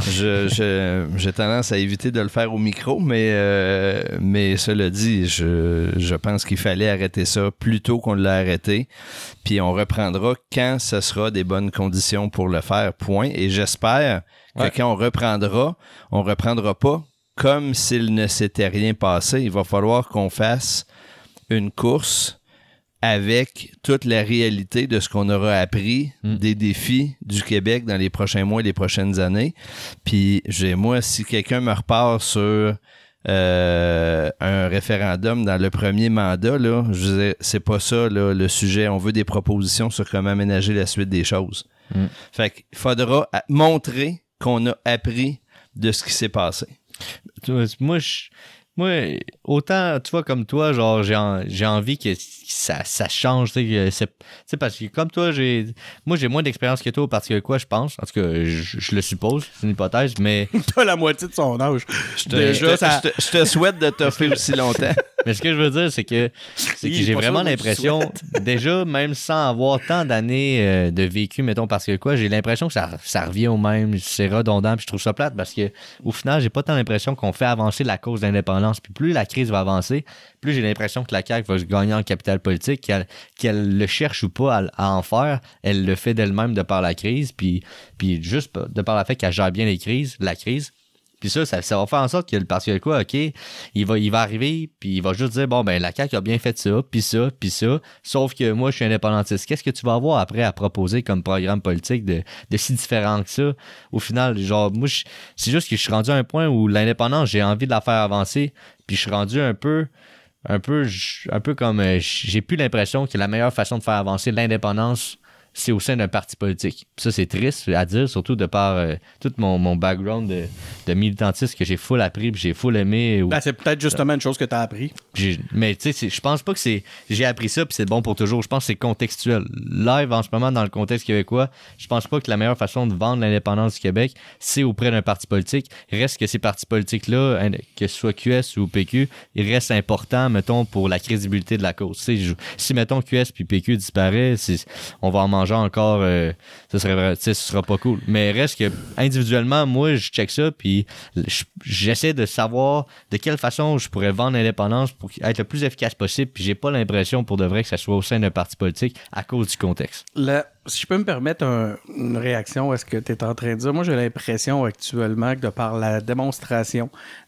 J'ai tendance à éviter de le faire au micro, mais cela dit, je pense qu'il fallait arrêter ça plus tôt qu'on l'a arrêté. Puis on reprendra quand ce sera des bonnes conditions pour le faire, point. Et j'espère que quand on reprendra pas comme s'il ne s'était rien passé. Il va falloir qu'on fasse une course avec toute la réalité de ce qu'on aura appris des défis du Québec dans les prochains mois et les prochaines années. Puis, moi, si quelqu'un me repart sur un référendum dans le premier mandat, là, je disais, c'est pas ça là, le sujet. On veut des propositions sur comment aménager la suite des choses. Fait qu'il faudra montrer qu'on a appris de ce qui s'est passé. Moi, autant, tu vois, comme toi, genre, j'ai envie que ça change, tu sais, parce que comme toi, j'ai moins d'expérience que toi au Parti québécois, je pense. En tout cas, je le suppose, c'est une hypothèse, mais... T'as la moitié de son âge. Je te souhaite de t'offrir aussi longtemps. Mais ce que je veux dire, c'est que j'ai vraiment l'impression, déjà, même sans avoir tant d'années de vécu, mettons, parce que quoi, j'ai l'impression que ça revient au même, c'est redondant, puis je trouve ça plate parce que au final, j'ai pas tant l'impression qu'on fait avancer la cause d'indépendance. Puis plus la crise va avancer, plus j'ai l'impression que la CAQ va gagner en capital politique, qu'elle le cherche ou pas à en faire, elle le fait d'elle-même de par la crise, puis juste de par le fait qu'elle gère bien la crise. Puis ça va faire en sorte que le Parti québécois, OK, il va arriver, puis il va juste dire, bon, ben la CAQ a bien fait ça, puis ça, sauf que moi, je suis indépendantiste. Qu'est-ce que tu vas avoir après à proposer comme programme politique de si différent que ça? Au final, genre, moi, c'est juste que je suis rendu à un point où l'indépendance, j'ai envie de la faire avancer, puis je suis rendu un peu comme, j'ai plus l'impression que la meilleure façon de faire avancer l'indépendance, c'est au sein d'un parti politique. Puis ça, c'est triste à dire, surtout de par tout mon background de militantiste que j'ai full appris, puis j'ai full aimé. Ben, c'est peut-être justement une chose que tu as appris. Mais tu sais, je pense pas que j'ai appris ça puis c'est bon pour toujours. Je pense que c'est contextuel. Live, en ce moment, dans le contexte québécois, je pense pas que la meilleure façon de vendre l'indépendance du Québec, c'est auprès d'un parti politique. Il reste que ces partis politiques-là, que ce soit QS ou PQ, ils restent importants, mettons, pour la crédibilité de la cause. Si, mettons, QS puis PQ disparaît, on va en manger s'arranger encore, ce sera pas cool. Mais reste que, individuellement, moi, je check ça, puis j'essaie de savoir de quelle façon je pourrais vendre l'indépendance pour être le plus efficace possible, puis j'ai pas l'impression, pour de vrai, que ça soit au sein d'un parti politique à cause du contexte. Si je peux me permettre une réaction à ce que tu es en train de dire, moi j'ai l'impression actuellement que de par la démonstration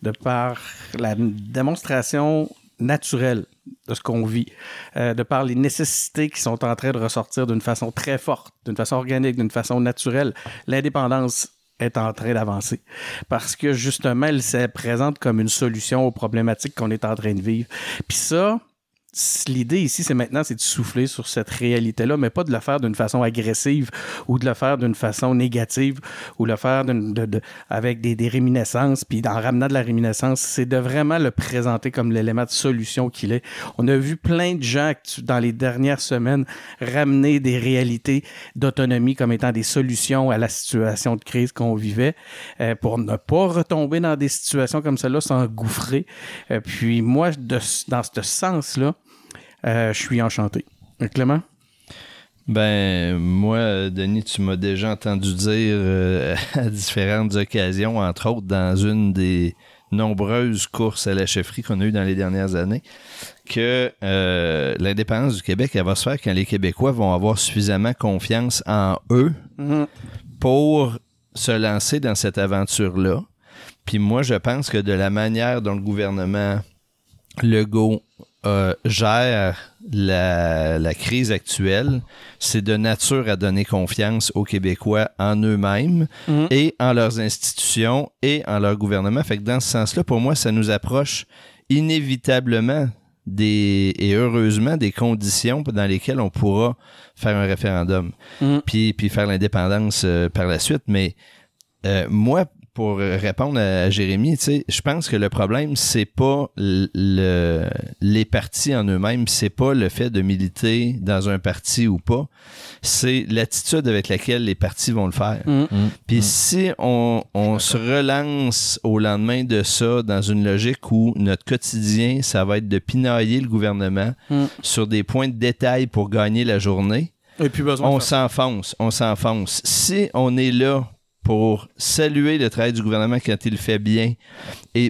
naturelle de ce qu'on vit, de par les nécessités qui sont en train de ressortir d'une façon très forte, d'une façon organique, d'une façon naturelle, l'indépendance est en train d'avancer. Parce que justement, elle se présente comme une solution aux problématiques qu'on est en train de vivre. Puis ça, l'idée ici, c'est de souffler sur cette réalité-là, mais pas de le faire d'une façon agressive ou de le faire d'une façon négative ou le faire avec des réminiscences, puis en ramenant de la réminiscence, c'est de vraiment le présenter comme l'élément de solution qu'il est. On a vu plein de gens dans les dernières semaines ramener des réalités d'autonomie comme étant des solutions à la situation de crise qu'on vivait pour ne pas retomber dans des situations comme celle-là, s'engouffrer. Puis moi, dans ce sens-là, je suis enchanté. Clément? Ben, moi, Denis, tu m'as déjà entendu dire à différentes occasions, entre autres dans une des nombreuses courses à la chefferie qu'on a eues dans les dernières années, que l'indépendance du Québec, elle va se faire quand les Québécois vont avoir suffisamment confiance en eux pour se lancer dans cette aventure-là. Puis moi, je pense que de la manière dont le gouvernement Legault gère la crise actuelle, c'est de nature à donner confiance aux Québécois en eux-mêmes et en leurs institutions et en leur gouvernement. Fait que dans ce sens-là, pour moi, ça nous approche inévitablement et heureusement des conditions dans lesquelles on pourra faire un référendum puis faire l'indépendance par la suite. Mais moi, pour répondre à Jérémy, tu sais, je pense que le problème, c'est pas les partis en eux-mêmes, c'est pas le fait de militer dans un parti ou pas, c'est l'attitude avec laquelle les partis vont le faire. Puis si on se relance au lendemain de ça dans une logique où notre quotidien, ça va être de pinailler le gouvernement sur des points de détail pour gagner la journée, et puis on s'enfonce. Si on est là pour saluer le travail du gouvernement quand il le fait bien et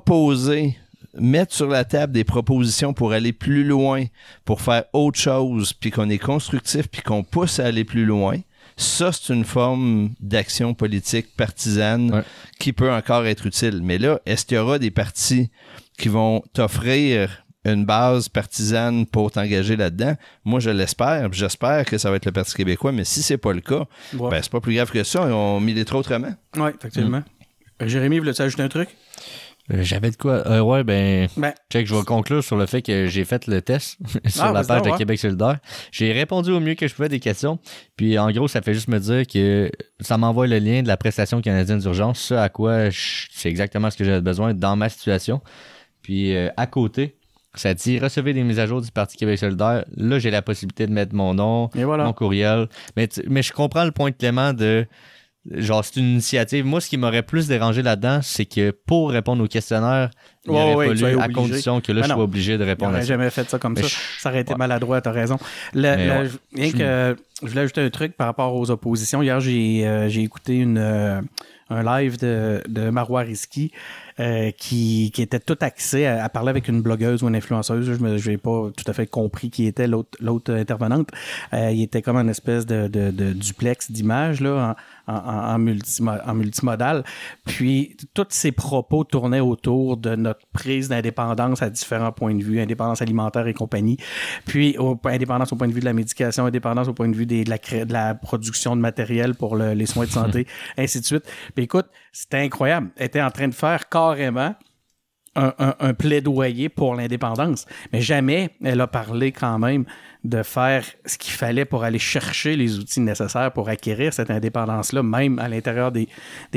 mettre sur la table des propositions pour aller plus loin, pour faire autre chose, puis qu'on est constructif, puis qu'on pousse à aller plus loin, ça, c'est une forme d'action politique partisane qui peut encore être utile. Mais là, est-ce qu'il y aura des partis qui vont t'offrir une base partisane pour t'engager là-dedans? Moi, je l'espère. J'espère que ça va être le Parti québécois, mais si c'est pas le cas, ben, c'est pas plus grave que ça. On militera autrement. Oui, effectivement. Jérémy, voulais-tu ajouter un truc? J'avais de quoi? Check, je vais conclure sur le fait que j'ai fait le test sur la page de Québec solidaire. J'ai répondu au mieux que je pouvais des questions. Puis en gros, ça fait juste me dire que ça m'envoie le lien de la prestation canadienne d'urgence, ce à quoi c'est exactement ce que j'avais besoin dans ma situation. Puis à côté, ça dit « Recevez des mises à jour du Parti Québec solidaire ». Là, j'ai la possibilité de mettre mon nom, mon courriel. Mais je comprends le point de Clément de... Genre, c'est une initiative. Moi, ce qui m'aurait plus dérangé là-dedans, c'est que pour répondre aux questionnaires, il aurait fallu, à condition que là, je sois obligé de répondre à ça. J'aurais jamais fait ça comme ça. Ça aurait été maladroit, t'as raison. Je voulais ajouter un truc par rapport aux oppositions. Hier, j'ai écouté un live de Marois Risky qui était tout axé à parler avec une blogueuse ou une influenceuse. Je n'ai pas tout à fait compris qui était l'autre intervenante. Il était comme une espèce de duplex d'images là, en multimodal. Puis, tous ses propos tournaient autour de notre prise d'indépendance à différents points de vue, indépendance alimentaire et compagnie. Puis, indépendance au point de vue de la médication, indépendance au point de vue de la production de matériel pour les soins de santé, ainsi de suite. Puis, écoute, c'était incroyable. Elle était en train de faire carrément un plaidoyer pour l'indépendance. Mais jamais elle a parlé quand même de faire ce qu'il fallait pour aller chercher les outils nécessaires pour acquérir cette indépendance-là, même à l'intérieur des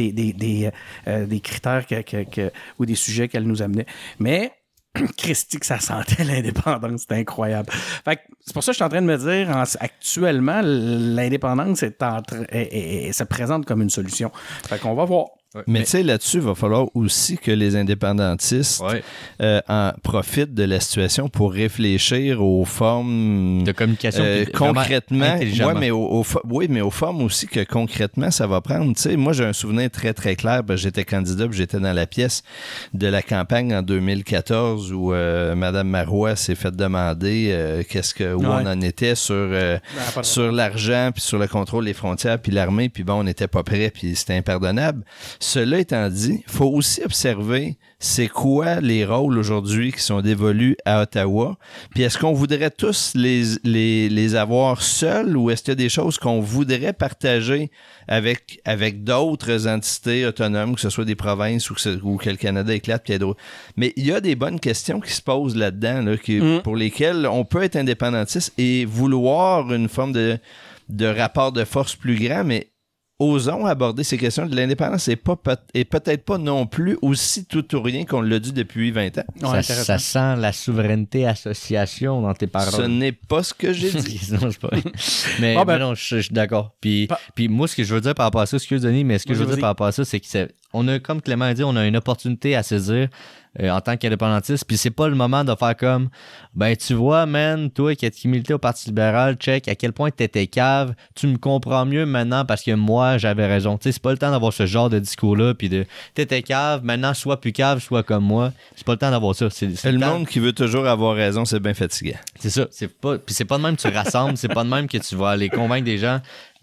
critères ou des sujets qu'elle nous amenait. Mais Christy, que ça sentait l'indépendance, c'était incroyable. Fait que c'est pour ça que je suis en train de me dire, actuellement, l'indépendance se présente comme une solution. Fait qu'on va voir. Ouais. Mais tu sais, là-dessus, il va falloir aussi que les indépendantistes en profitent de la situation pour réfléchir aux formes de communication concrètement. Ouais, mais aux formes aussi que concrètement, ça va prendre. Tu sais, moi, j'ai un souvenir très, très clair. J'étais candidat, puis j'étais dans la pièce de la campagne en 2014 où Mme Marois s'est fait demander où on en était sur l'argent, puis sur le contrôle des frontières, puis l'armée, puis bon, on n'était pas prêt, puis c'était impardonnable. Cela étant dit, il faut aussi observer c'est quoi les rôles aujourd'hui qui sont dévolus à Ottawa, puis est-ce qu'on voudrait tous les avoir seuls ou est-ce qu'il y a des choses qu'on voudrait partager avec d'autres entités autonomes, que ce soit des provinces ou que le Canada éclate, puis il y a d'autres. Mais il y a des bonnes questions qui se posent là-dedans, là, pour lesquelles on peut être indépendantiste et vouloir une forme de rapport de force plus grand, mais osons aborder ces questions de l'indépendance et peut-être pas non plus aussi tout ou rien qu'on l'a dit depuis 20 ans. Ouais, ça sent la souveraineté association dans tes paroles. Ce n'est pas ce que j'ai dit. Non, c'est pas vrai. Mais non, je suis d'accord. Puis moi, ce que je veux dire par rapport à ça, excuse Denis, mais ce que je veux dire par rapport à ça, c'est qu'on a, comme Clément a dit, on a une opportunité à saisir en tant qu'indépendantiste, puis c'est pas le moment de faire comme tu vois, man, toi qui militais au Parti libéral, check à quel point t'étais cave, tu me comprends mieux maintenant parce que moi j'avais raison. Tu sais, c'est pas le temps d'avoir ce genre de discours-là, puis de t'étais cave, maintenant sois plus cave, sois comme moi. C'est pas le temps d'avoir ça. C'est le monde qui veut toujours avoir raison, c'est bien fatigant. C'est ça. Puis c'est pas de même que tu rassembles, c'est pas de même que tu vas aller convaincre des gens.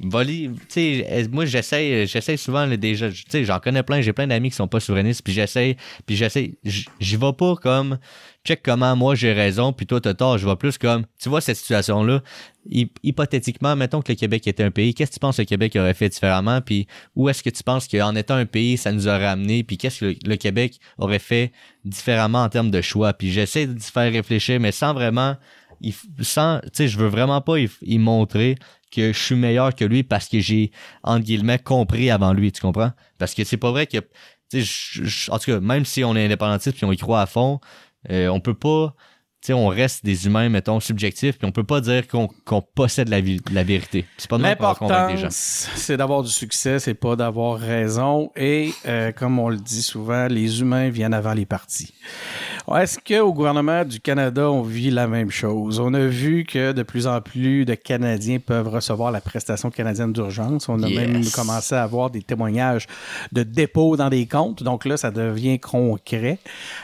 Moi j'essaie souvent déjà, j'en connais plein, j'ai plein d'amis qui sont pas souverainistes, puis j'essaie, j'y vais pas comme check comment moi j'ai raison, puis toi t'as tort, je vais plus comme, tu vois cette situation-là, hypothétiquement, mettons que le Québec était un pays, qu'est-ce que tu penses que le Québec aurait fait différemment, puis où est-ce que tu penses qu'en étant un pays, ça nous aurait amené, puis qu'est-ce que le Québec aurait fait différemment en termes de choix, puis j'essaie de faire réfléchir, mais sans vraiment, je veux vraiment pas y montrer que je suis meilleur que lui parce que j'ai, entre guillemets, compris avant lui, tu comprends? Parce que c'est pas vrai que, en tout cas, même si on est indépendantiste puis on y croit à fond, on peut pas, on reste des humains, mettons, subjectifs, puis on peut pas dire qu'on possède la vérité. C'est pas de même qu'on va convaincre des gens. C'est d'avoir du succès, c'est pas d'avoir raison. Et comme on le dit souvent, les humains viennent avant les partis. Est-ce qu'au gouvernement du Canada, on vit la même chose? On a vu que de plus en plus de Canadiens peuvent recevoir la prestation canadienne d'urgence. On a même commencé à avoir des témoignages de dépôt dans des comptes. Donc là, ça devient concret.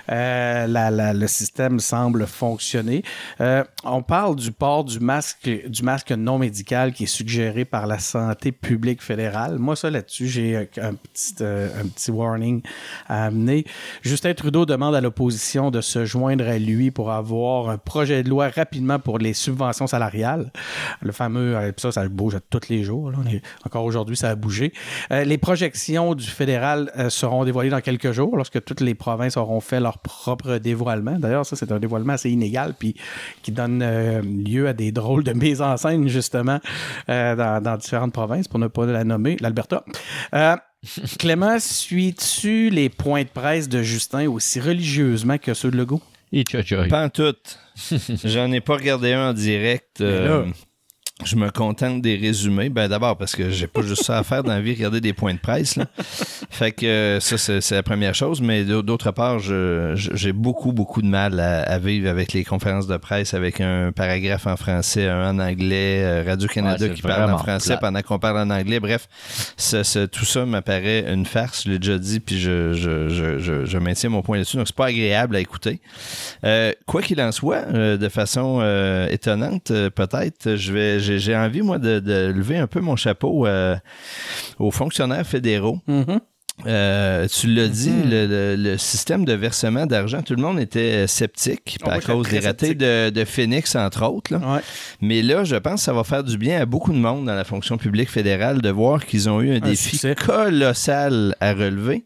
Le système semble fonctionner. On parle du port du masque non médical qui est suggéré par la santé publique fédérale. Moi, ça, là-dessus, j'ai un petit warning à amener. Justin Trudeau demande à l'opposition de se joindre à lui pour avoir un projet de loi rapidement pour les subventions salariales. Le fameux, ça bouge tous les jours. Là. Encore aujourd'hui, ça a bougé. Les projections du fédéral seront dévoilées dans quelques jours lorsque toutes les provinces auront fait leur propre dévoilement. D'ailleurs, ça, c'est un dévoilement assez inégal puis qui donne lieu à des drôles de mises en scène, justement, dans différentes provinces, pour ne pas la nommer, l'Alberta. Clément, suis-tu les points de presse de Justin aussi religieusement que ceux de Legault? Pas en tout. J'en ai pas regardé un en direct. Je me contente des résumés. D'abord, parce que j'ai pas juste ça à faire dans la vie, regarder des points de presse. Là. Fait que ça, c'est la première chose. Mais d'autre part, j'ai beaucoup de mal à vivre avec les conférences de presse avec un paragraphe en français, un en anglais, Radio-Canada qui parle en français pendant qu'on parle en anglais. Bref, tout ça m'apparaît une farce. Je l'ai déjà dit, puis je maintiens mon point là-dessus. Donc, c'est pas agréable à écouter. Quoi qu'il en soit, de façon étonnante, peut-être, j'ai envie, moi, de lever un peu mon chapeau aux fonctionnaires fédéraux. Mm-hmm. Tu l'as dit, le système de versement d'argent, tout le monde était sceptique à cause des ratés de Phoenix, entre autres. Là. Ouais. Mais là, je pense que ça va faire du bien à beaucoup de monde dans la fonction publique fédérale de voir qu'ils ont eu un défi colossal à relever.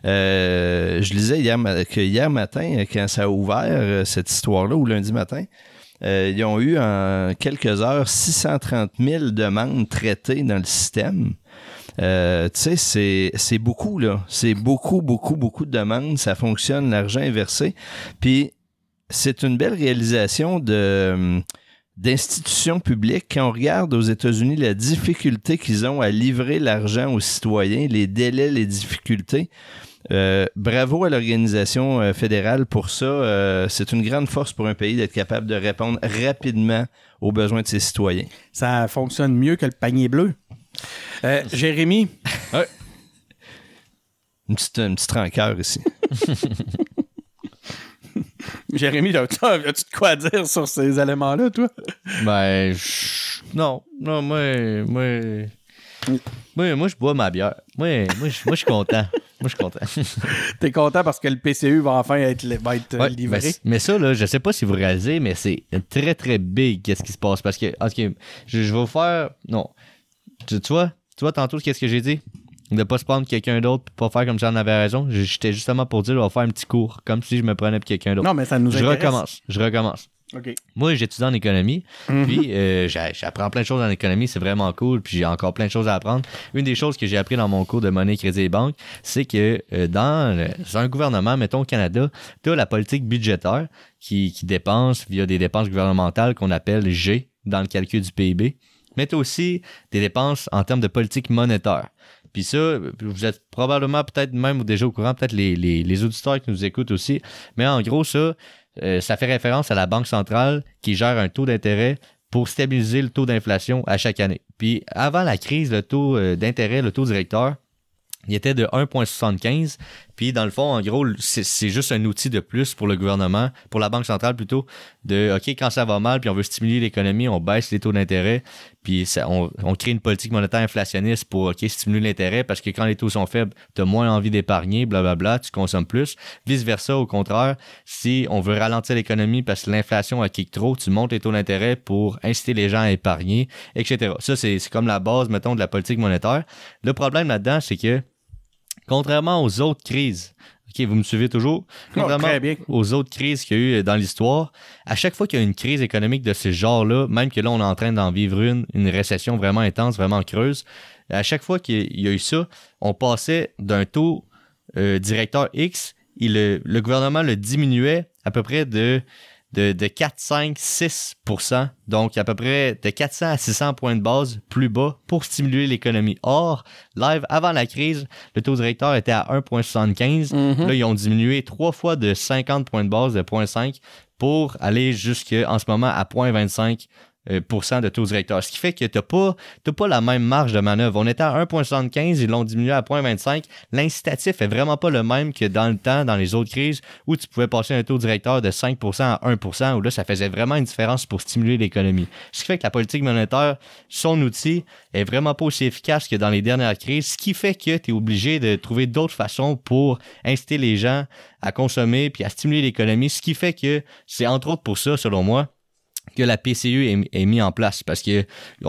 Je lisais hier matin, quand ça a ouvert cette histoire-là, ou lundi matin, ils ont eu en quelques heures 630 000 demandes traitées dans le système. Tu sais, c'est beaucoup, là. C'est beaucoup de demandes. Ça fonctionne, l'argent est versé. Puis, c'est une belle réalisation de d'institutions publiques. Quand on regarde aux États-Unis la difficulté qu'ils ont à livrer l'argent aux citoyens, les délais, les difficultés, bravo à l'organisation fédérale pour ça. C'est une grande force pour un pays d'être capable de répondre rapidement aux besoins de ses citoyens. Ça fonctionne mieux que le panier bleu. Jérémy. Ouais. Une petite rancœur ici. Jérémy, as-tu de quoi dire sur ces éléments-là, toi? Ben, non, moi, je bois ma bière. Moi, je suis content. T'es content parce que le PCU va enfin être livré? Mais ça, là, je sais pas si vous réalisez, mais c'est très, très big qu'est-ce qui se passe. Parce que, OK, je vais vous faire... Non. Tu vois, tantôt, qu'est-ce que j'ai dit? De pas se prendre quelqu'un d'autre et pas faire comme si on avait raison. J'étais justement pour dire, on va faire un petit cours, comme si je me prenais pour quelqu'un d'autre. Non, mais ça nous intéresse. Je recommence. OK. Moi, j'étudie en économie, puis j'apprends plein de choses en économie, c'est vraiment cool, puis j'ai encore plein de choses à apprendre. Une des choses que j'ai appris dans mon cours de monnaie, crédit et banque, c'est que dans un gouvernement, mettons au Canada, tu as la politique budgétaire qui dépense via des dépenses gouvernementales qu'on appelle G dans le calcul du PIB, mais tu as aussi des dépenses en termes de politique monétaire. Puis ça, vous êtes probablement peut-être même déjà au courant, peut-être les auditeurs qui nous écoutent aussi, mais en gros, ça fait référence à la Banque centrale qui gère un taux d'intérêt pour stabiliser le taux d'inflation à chaque année. Puis avant la crise, le taux d'intérêt, le taux directeur, il était de 1,75. Puis dans le fond, en gros, c'est juste un outil de plus pour le gouvernement, pour la Banque centrale plutôt, de OK, quand ça va mal, puis on veut stimuler l'économie, on baisse les taux d'intérêt, puis on crée une politique monétaire inflationniste pour OK, stimuler l'intérêt, parce que quand les taux sont faibles, tu as moins envie d'épargner, blablabla, tu consommes plus. Vice-versa, au contraire, si on veut ralentir l'économie parce que l'inflation a kick trop, tu montes les taux d'intérêt pour inciter les gens à épargner, etc. Ça, c'est comme la base, mettons, de la politique monétaire. Le problème là-dedans, c'est que contrairement aux autres crises, OK, vous me suivez toujours? Contrairement aux autres crises qu'il y a eu dans l'histoire, à chaque fois qu'il y a une crise économique de ce genre-là, même que là, on est en train d'en vivre une récession vraiment intense, vraiment creuse, à chaque fois qu'il y a eu ça, on passait d'un taux directeur X, le gouvernement le diminuait à peu près de 4, 5, 6%, donc à peu près de 400 à 600 points de base plus bas pour stimuler l'économie. Or, live, avant la crise, le taux directeur était à 1,75. Là, ils ont diminué 3 fois de 50 points de base, de 0,5, pour aller jusqu'en ce moment à 0,25% de taux directeur. Ce qui fait que tu n'as pas la même marge de manœuvre. On était à 1,75, ils l'ont diminué à 0,25. L'incitatif est vraiment pas le même que dans le temps, dans les autres crises, où tu pouvais passer un taux directeur de 5% à 1%, où là, ça faisait vraiment une différence pour stimuler l'économie. Ce qui fait que la politique monétaire, son outil, est vraiment pas aussi efficace que dans les dernières crises, ce qui fait que tu es obligé de trouver d'autres façons pour inciter les gens à consommer puis à stimuler l'économie, ce qui fait que c'est entre autres pour ça, selon moi, que la PCU est mis en place parce que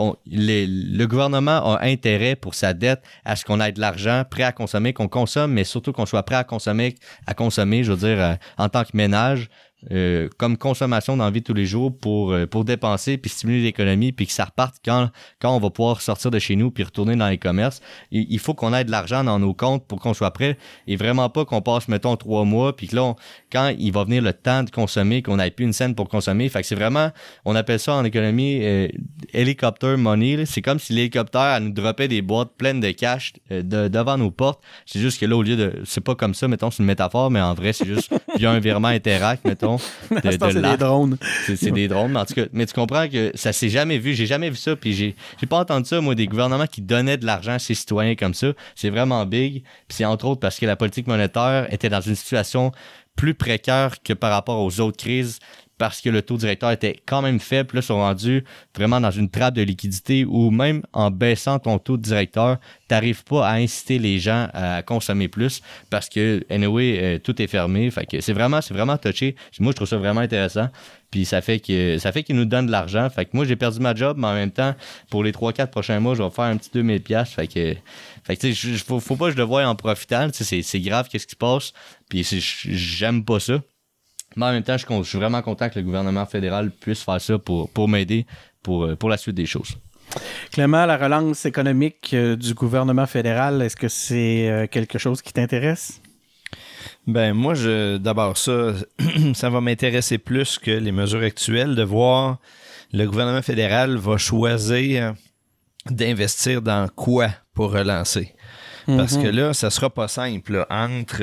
le gouvernement a intérêt pour sa dette à ce qu'on ait de l'argent prêt à consommer, qu'on consomme, mais surtout qu'on soit prêt à consommer, je veux dire, en tant que ménage, comme consommation dans la vie de tous les jours pour dépenser puis stimuler l'économie puis que ça reparte quand on va pouvoir sortir de chez nous puis retourner dans les commerces. Il faut qu'on ait de l'argent dans nos comptes pour qu'on soit prêt et vraiment pas qu'on passe, mettons, 3 mois puis que là, quand il va venir le temps de consommer, qu'on n'ait plus une scène pour consommer. Fait que c'est vraiment, on appelle ça en économie helicopter money. Là. C'est comme si l'hélicoptère nous droppait des boîtes pleines de cash devant nos portes. C'est juste que là, au lieu de... C'est pas comme ça, mettons, c'est une métaphore, mais en vrai, c'est juste il y a un virement Interact, mettons. C'est des drones. C'est des drones, mais en tout cas, mais tu comprends que ça s'est jamais vu. J'ai jamais vu ça, puis j'ai pas entendu ça, moi, des gouvernements qui donnaient de l'argent à ses citoyens comme ça. C'est vraiment big, puis c'est entre autres parce que la politique monétaire était dans une situation plus précaire que par rapport aux autres crises, parce que le taux directeur était quand même faible. Là, ils sont rendus vraiment dans une trappe de liquidité où même en baissant ton taux directeur, tu n'arrives pas à inciter les gens à consommer plus parce que, anyway, tout est fermé. Fait que c'est vraiment touché. Moi, je trouve ça vraiment intéressant. Puis ça fait qu'ils nous donnent de l'argent. Fait que moi, j'ai perdu ma job, mais en même temps, pour les 3-4 prochains mois, je vais faire un petit 2000$. Fait que tu sais, faut pas que je le voie en profitant. Tu sais, c'est grave qu'est-ce qui se passe. Puis j'aime pas ça. Mais en même temps, je suis vraiment content que le gouvernement fédéral puisse faire ça pour m'aider pour la suite des choses. Clément, la relance économique du gouvernement fédéral, est-ce que c'est quelque chose qui t'intéresse? Ben moi, d'abord ça va m'intéresser plus que les mesures actuelles, de voir le gouvernement fédéral va choisir d'investir dans quoi pour relancer. Parce que là, ça sera pas simple là, entre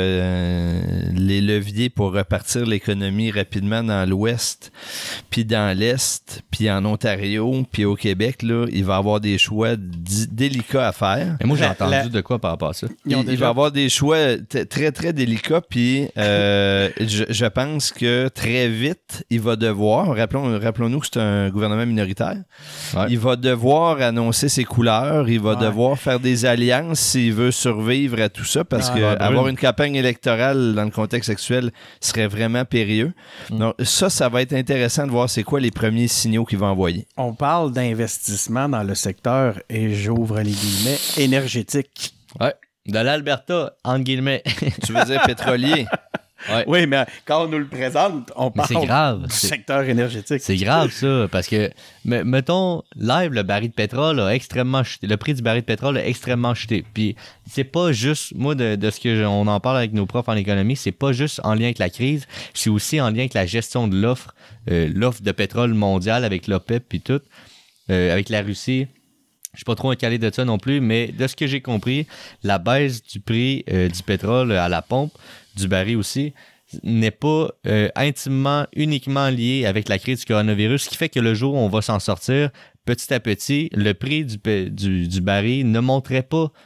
les leviers pour repartir l'économie rapidement dans l'Ouest, puis dans l'Est, puis en Ontario, puis au Québec, là, il va y avoir des choix délicats à faire. Mais moi, j'ai entendu de quoi par rapport à ça? Il va y avoir des choix très, très délicats, puis je pense que très vite, il va devoir, rappelons-nous que c'est un gouvernement minoritaire, il va devoir annoncer ses couleurs, il va devoir faire des alliances s'il veut survivre à tout ça, parce que avoir une campagne électorale dans le contexte actuel serait vraiment périlleux. Donc ça va être intéressant de voir c'est quoi les premiers signaux qu'il va envoyer. On parle d'investissement dans le secteur, et j'ouvre les guillemets, énergétique. Ouais. De l'Alberta, entre guillemets. Tu veux dire pétrolier? Ouais. Oui, mais quand on nous le présente, on parle c'est grave. du secteur énergétique. C'est grave, ça, parce que, mettons, live, le baril de pétrole a extrêmement chuté. Le prix du baril de pétrole a extrêmement chuté. Puis, c'est pas juste, moi, de ce que on en parle avec nos profs en économie, c'est pas juste en lien avec la crise, c'est aussi en lien avec la gestion de l'offre de pétrole mondiale avec l'OPEP puis tout, avec la Russie. Je suis pas trop calé de ça non plus, mais de ce que j'ai compris, la baisse du prix du pétrole à la pompe, du baril aussi, n'est pas intimement, uniquement liée avec la crise du coronavirus, ce qui fait que le jour où on va s'en sortir, petit à petit, le prix du baril ne montrerait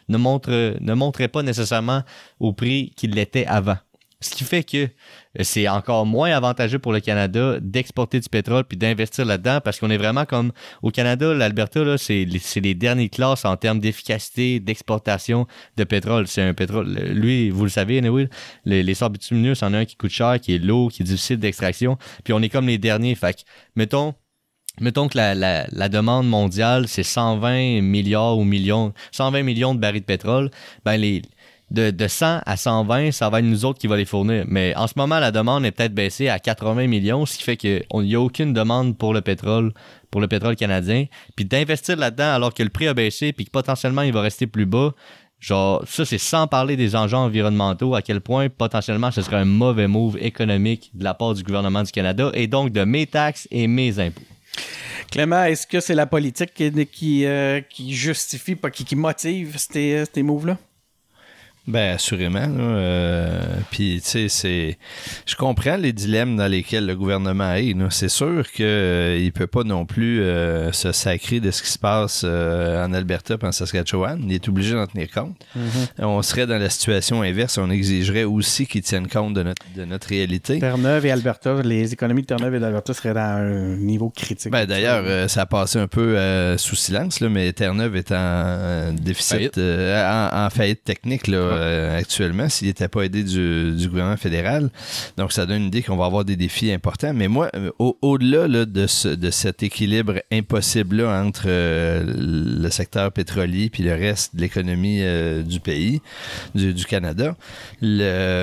pas nécessairement au prix qu'il l'était avant. Ce qui fait que c'est encore moins avantageux pour le Canada d'exporter du pétrole puis d'investir là-dedans parce qu'on est vraiment comme au Canada, l'Alberta, là, c'est les dernières classes en termes d'efficacité, d'exportation de pétrole. C'est un pétrole, lui, vous le savez, anyway, les sables bitumineux, c'en a un qui coûte cher, qui est lourd, qui est difficile d'extraction. Puis on est comme les derniers. Fait que, mettons que la demande mondiale, c'est 120 milliards ou millions, 120 millions de barils de pétrole. Ben, de 100 à 120, ça va être nous autres qui va les fournir. Mais en ce moment, la demande est peut-être baissée à 80 millions, ce qui fait qu'il n'y a aucune demande pour le pétrole canadien. Puis d'investir là-dedans alors que le prix a baissé puis que potentiellement il va rester plus bas, genre ça, c'est sans parler des enjeux environnementaux, à quel point potentiellement ce serait un mauvais move économique de la part du gouvernement du Canada et donc de mes taxes et mes impôts. Clément, est-ce que c'est la politique qui justifie, qui motive ces moves-là? Ben assurément. Puis tu sais, je comprends les dilemmes dans lesquels le gouvernement est. Là. C'est sûr qu'il peut pas non plus se sacrer de ce qui se passe en Alberta et en Saskatchewan. Il est obligé d'en tenir compte. Mm-hmm. On serait dans la situation inverse. On exigerait aussi qu'ils tiennent compte de notre réalité. Terre-Neuve et Alberta, les économies de Terre-Neuve et d'Alberta seraient dans un niveau critique. Ben d'ailleurs, ça a passé un peu sous silence, là, mais Terre-Neuve est en déficit, en faillite technique là. Actuellement, s'il n'était pas aidé du gouvernement fédéral. Donc, ça donne une idée qu'on va avoir des défis importants. Mais moi, au-delà là, de cet équilibre impossible-là entre le secteur pétrolier puis le reste de l'économie du pays, du Canada, tu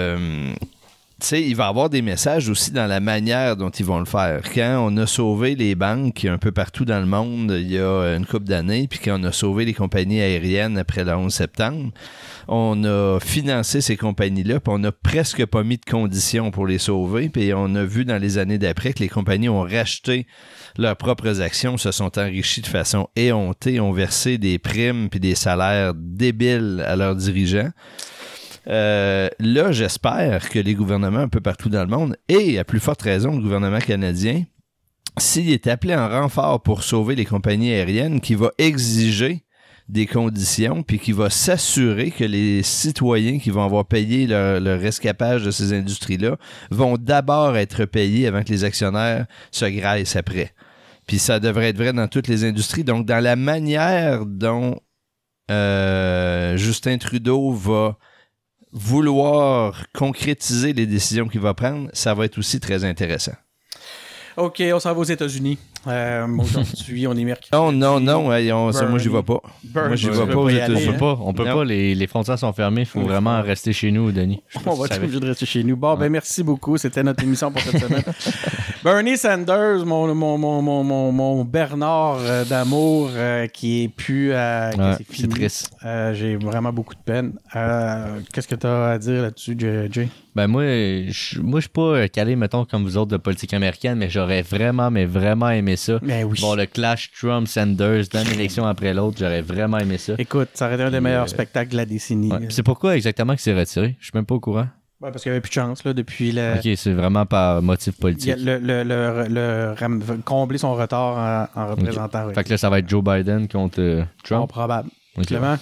sais, il va y avoir des messages aussi dans la manière dont ils vont le faire. Quand on a sauvé les banques un peu partout dans le monde il y a une couple d'années, puis quand on a sauvé les compagnies aériennes après le 11 septembre, on a financé ces compagnies-là, puis on n'a presque pas mis de conditions pour les sauver, puis on a vu dans les années d'après que les compagnies ont racheté leurs propres actions, se sont enrichies de façon éhontée, ont versé des primes puis des salaires débiles à leurs dirigeants. Là, j'espère que les gouvernements un peu partout dans le monde, et à plus forte raison le gouvernement canadien, s'il est appelé en renfort pour sauver les compagnies aériennes, qui va exiger des conditions, puis qui va s'assurer que les citoyens qui vont avoir payé leur rescapage de ces industries-là vont d'abord être payés avant que les actionnaires se graissent après. Puis ça devrait être vrai dans toutes les industries. Donc, dans la manière dont Justin Trudeau va vouloir concrétiser les décisions qu'il va prendre, ça va être aussi très intéressant. OK, on s'en va aux États-Unis. Aujourd'hui, on est mercredi. Non, moi, j'y vais pas. Moi, j'y vais pas aux États-Unis. On peut pas, les frontières sont fermées. Il faut vraiment rester chez nous, Denis. On va être obligé de rester chez nous. Bon, ben merci beaucoup. C'était notre émission pour cette semaine. Bernie Sanders, mon Bernard d'amour qui est plus... c'est triste. J'ai vraiment beaucoup de peine. Qu'est-ce que tu as à dire là-dessus, Jay? Ben moi, je suis pas calé, mettons, comme vous autres de politique américaine, mais j'aurais vraiment, mais vraiment aimé aimé ça. Mais oui. Bon, le clash Trump-Sanders d'une élection après l'autre, j'aurais vraiment aimé ça. Écoute, ça aurait été un des meilleurs spectacles de la décennie. Ouais. Puis c'est pourquoi exactement qu'il s'est retiré? Je suis même pas au courant. Ouais, parce qu'il n'y avait plus de chance là, depuis le. Ok, c'est vraiment par motif politique. Combler son retard en représentant. Fait que là, ça va être Joe Biden contre Trump. Probable. Ok. Clément?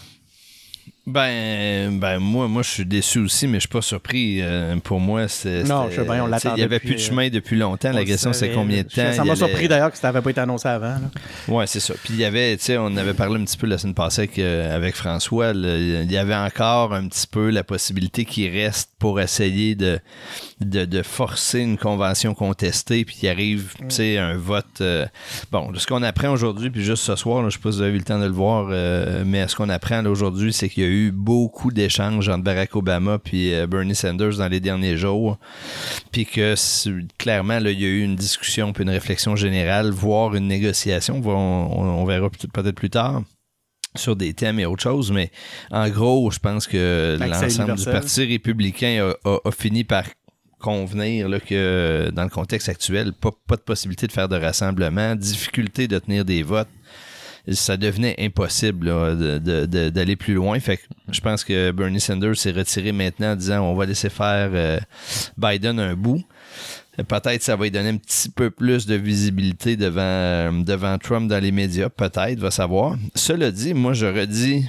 Moi, je suis déçu aussi, mais je suis pas surpris. Pour moi, Non, je sais bien, on l'attendait. Il n'y avait plus de chemin depuis longtemps. La question, c'est combien de temps. Ça m'a surpris d'ailleurs que ça n'avait pas été annoncé avant. Oui, c'est ça. Puis il y avait, on avait parlé un petit peu la semaine passée avec François. Il y avait encore un petit peu la possibilité qu'il reste pour essayer de forcer une convention contestée, puis qu'il arrive, un vote. Bon, ce qu'on apprend aujourd'hui, puis juste ce soir, là, je ne sais pas si vous avez eu le temps de le voir, mais ce qu'on apprend là, aujourd'hui, c'est qu'il y a eu beaucoup d'échanges entre Barack Obama puis Bernie Sanders dans les derniers jours, puis que clairement, là, il y a eu une discussion puis une réflexion générale, voire une négociation, on verra peut-être plus tard, sur des thèmes et autres choses, mais en gros, je pense que l'ensemble du Parti républicain a fini par convenir là, que dans le contexte actuel, pas de possibilité de faire de rassemblement, difficulté de tenir des votes. Ça devenait impossible là, d'aller plus loin. Fait que je pense que Bernie Sanders s'est retiré maintenant en disant on va laisser faire Biden un bout. Peut-être ça va lui donner un petit peu plus de visibilité devant Trump dans les médias. Peut-être, va savoir. Cela dit, moi je redis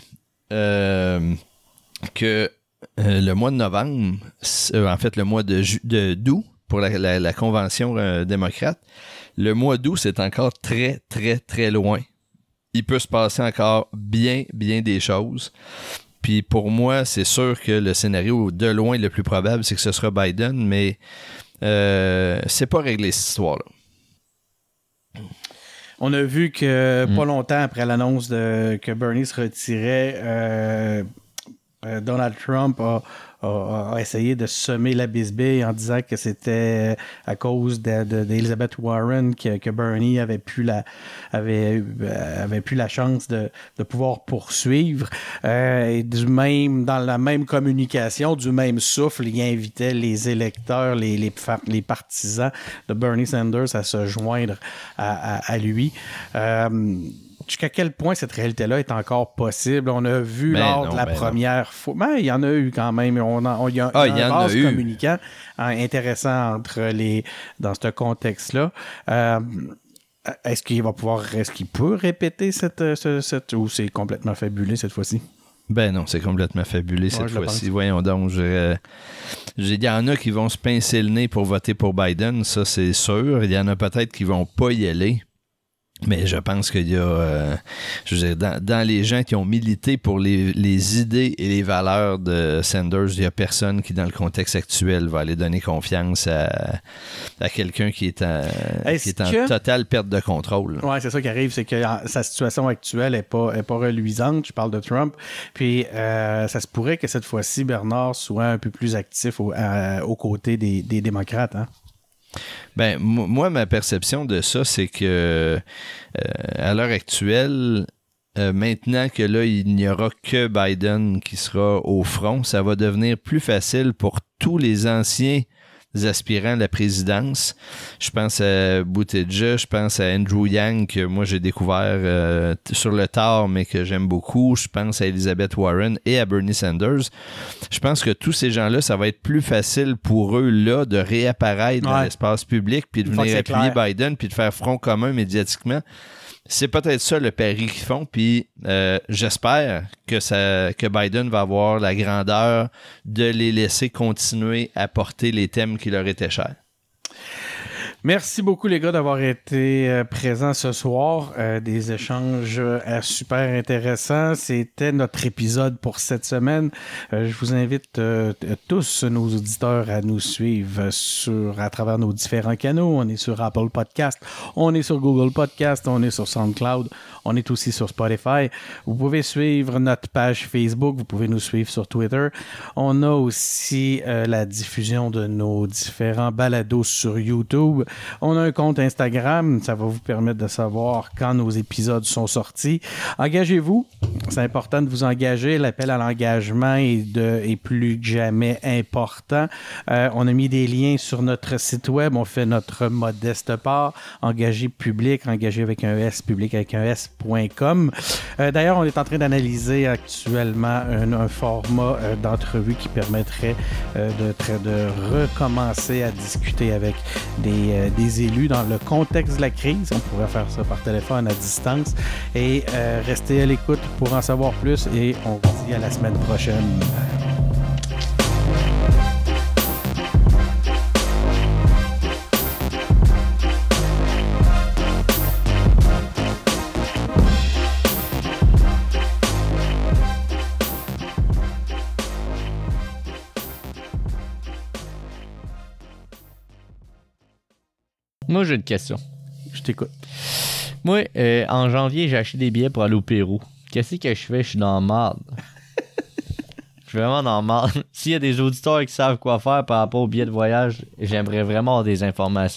que le mois de novembre, en fait le mois d'août pour la convention démocrate, le mois d'août c'est encore très, très, très loin. Il peut se passer encore bien, bien des choses. Puis pour moi, c'est sûr que le scénario de loin le plus probable, c'est que ce sera Biden, mais c'est pas réglé cette histoire-là. On a vu que pas longtemps après l'annonce que Bernie se retirait, Donald Trump a essayé de semer la bisbille en disant que c'était à cause d'Elizabeth Warren que Bernie avait plus la chance de pouvoir poursuivre. Et dans la même communication, du même souffle, il invitait les électeurs, les partisans de Bernie Sanders à se joindre à lui. Jusqu'à quel point cette réalité-là est encore possible? On a vu lors de la première fois. Ben, il y en a eu quand même. Il y a un vase communicant intéressant dans ce contexte-là. Est-ce qu'il peut répéter cette ou c'est complètement fabulé cette fois-ci? Ben non, c'est complètement fabulé cette fois-ci. Voyons donc, il y en a qui vont se pincer le nez pour voter pour Biden, ça c'est sûr. Il y en a peut-être qui vont pas y aller. Mais je pense qu'il y a, dans les gens qui ont milité pour les idées et les valeurs de Sanders, il n'y a personne qui, dans le contexte actuel, va aller donner confiance à quelqu'un qui est en totale perte de contrôle. Oui, c'est ça qui arrive, c'est que sa situation actuelle n'est pas reluisante. Je parle de Trump. Puis, ça se pourrait que cette fois-ci, Bernard soit un peu plus actif aux côtés des démocrates, hein? Ben, moi, ma perception de ça, c'est que à l'heure actuelle, maintenant que là, il n'y aura que Biden qui sera au front, ça va devenir plus facile pour tous les anciens aspirants à la présidence. Je pense à Buttigieg, je pense à Andrew Yang, que moi j'ai découvert sur le tard, mais que j'aime beaucoup. Je pense à Elizabeth Warren et à Bernie Sanders. Je pense que tous ces gens-là, ça va être plus facile pour eux là de réapparaître dans l'espace public, puis de venir appuyer Biden, puis de faire front commun médiatiquement. C'est peut-être ça le pari qu'ils font, puis j'espère que Biden va avoir la grandeur de les laisser continuer à porter les thèmes qui leur étaient chers. Merci beaucoup les gars d'avoir été présents ce soir. Des échanges super intéressants. C'était notre épisode pour cette semaine. Je vous invite tous nos auditeurs à nous suivre à travers nos différents canaux. On est sur Apple Podcast, on est sur Google Podcast, on est sur SoundCloud, on est aussi sur Spotify. Vous pouvez suivre notre page Facebook, vous pouvez nous suivre sur Twitter. On a aussi la diffusion de nos différents balados sur YouTube. On a un compte Instagram, ça va vous permettre de savoir quand nos épisodes sont sortis. Engagez-vous, C'est important de vous engager. L'appel à l'engagement est plus que jamais important. On a mis des liens sur notre site web. On fait notre modeste part. Engagé public, engagé avec un S, public avec un S.com. D'ailleurs, on est en train d'analyser actuellement un format d'entrevue qui permettrait de recommencer à discuter avec des élus dans le contexte de la crise. On pourrait faire ça par téléphone à distance et rester à l'écoute pour en savoir plus et on vous dit à la semaine prochaine. Moi, j'ai une question. Je t'écoute. Moi, en janvier, j'ai acheté des billets pour aller au Pérou. Qu'est-ce que je fais? Je suis dans la marde. Je suis vraiment dans la marde. S'il y a des auditeurs qui savent quoi faire par rapport aux billets de voyage, j'aimerais vraiment avoir des informations.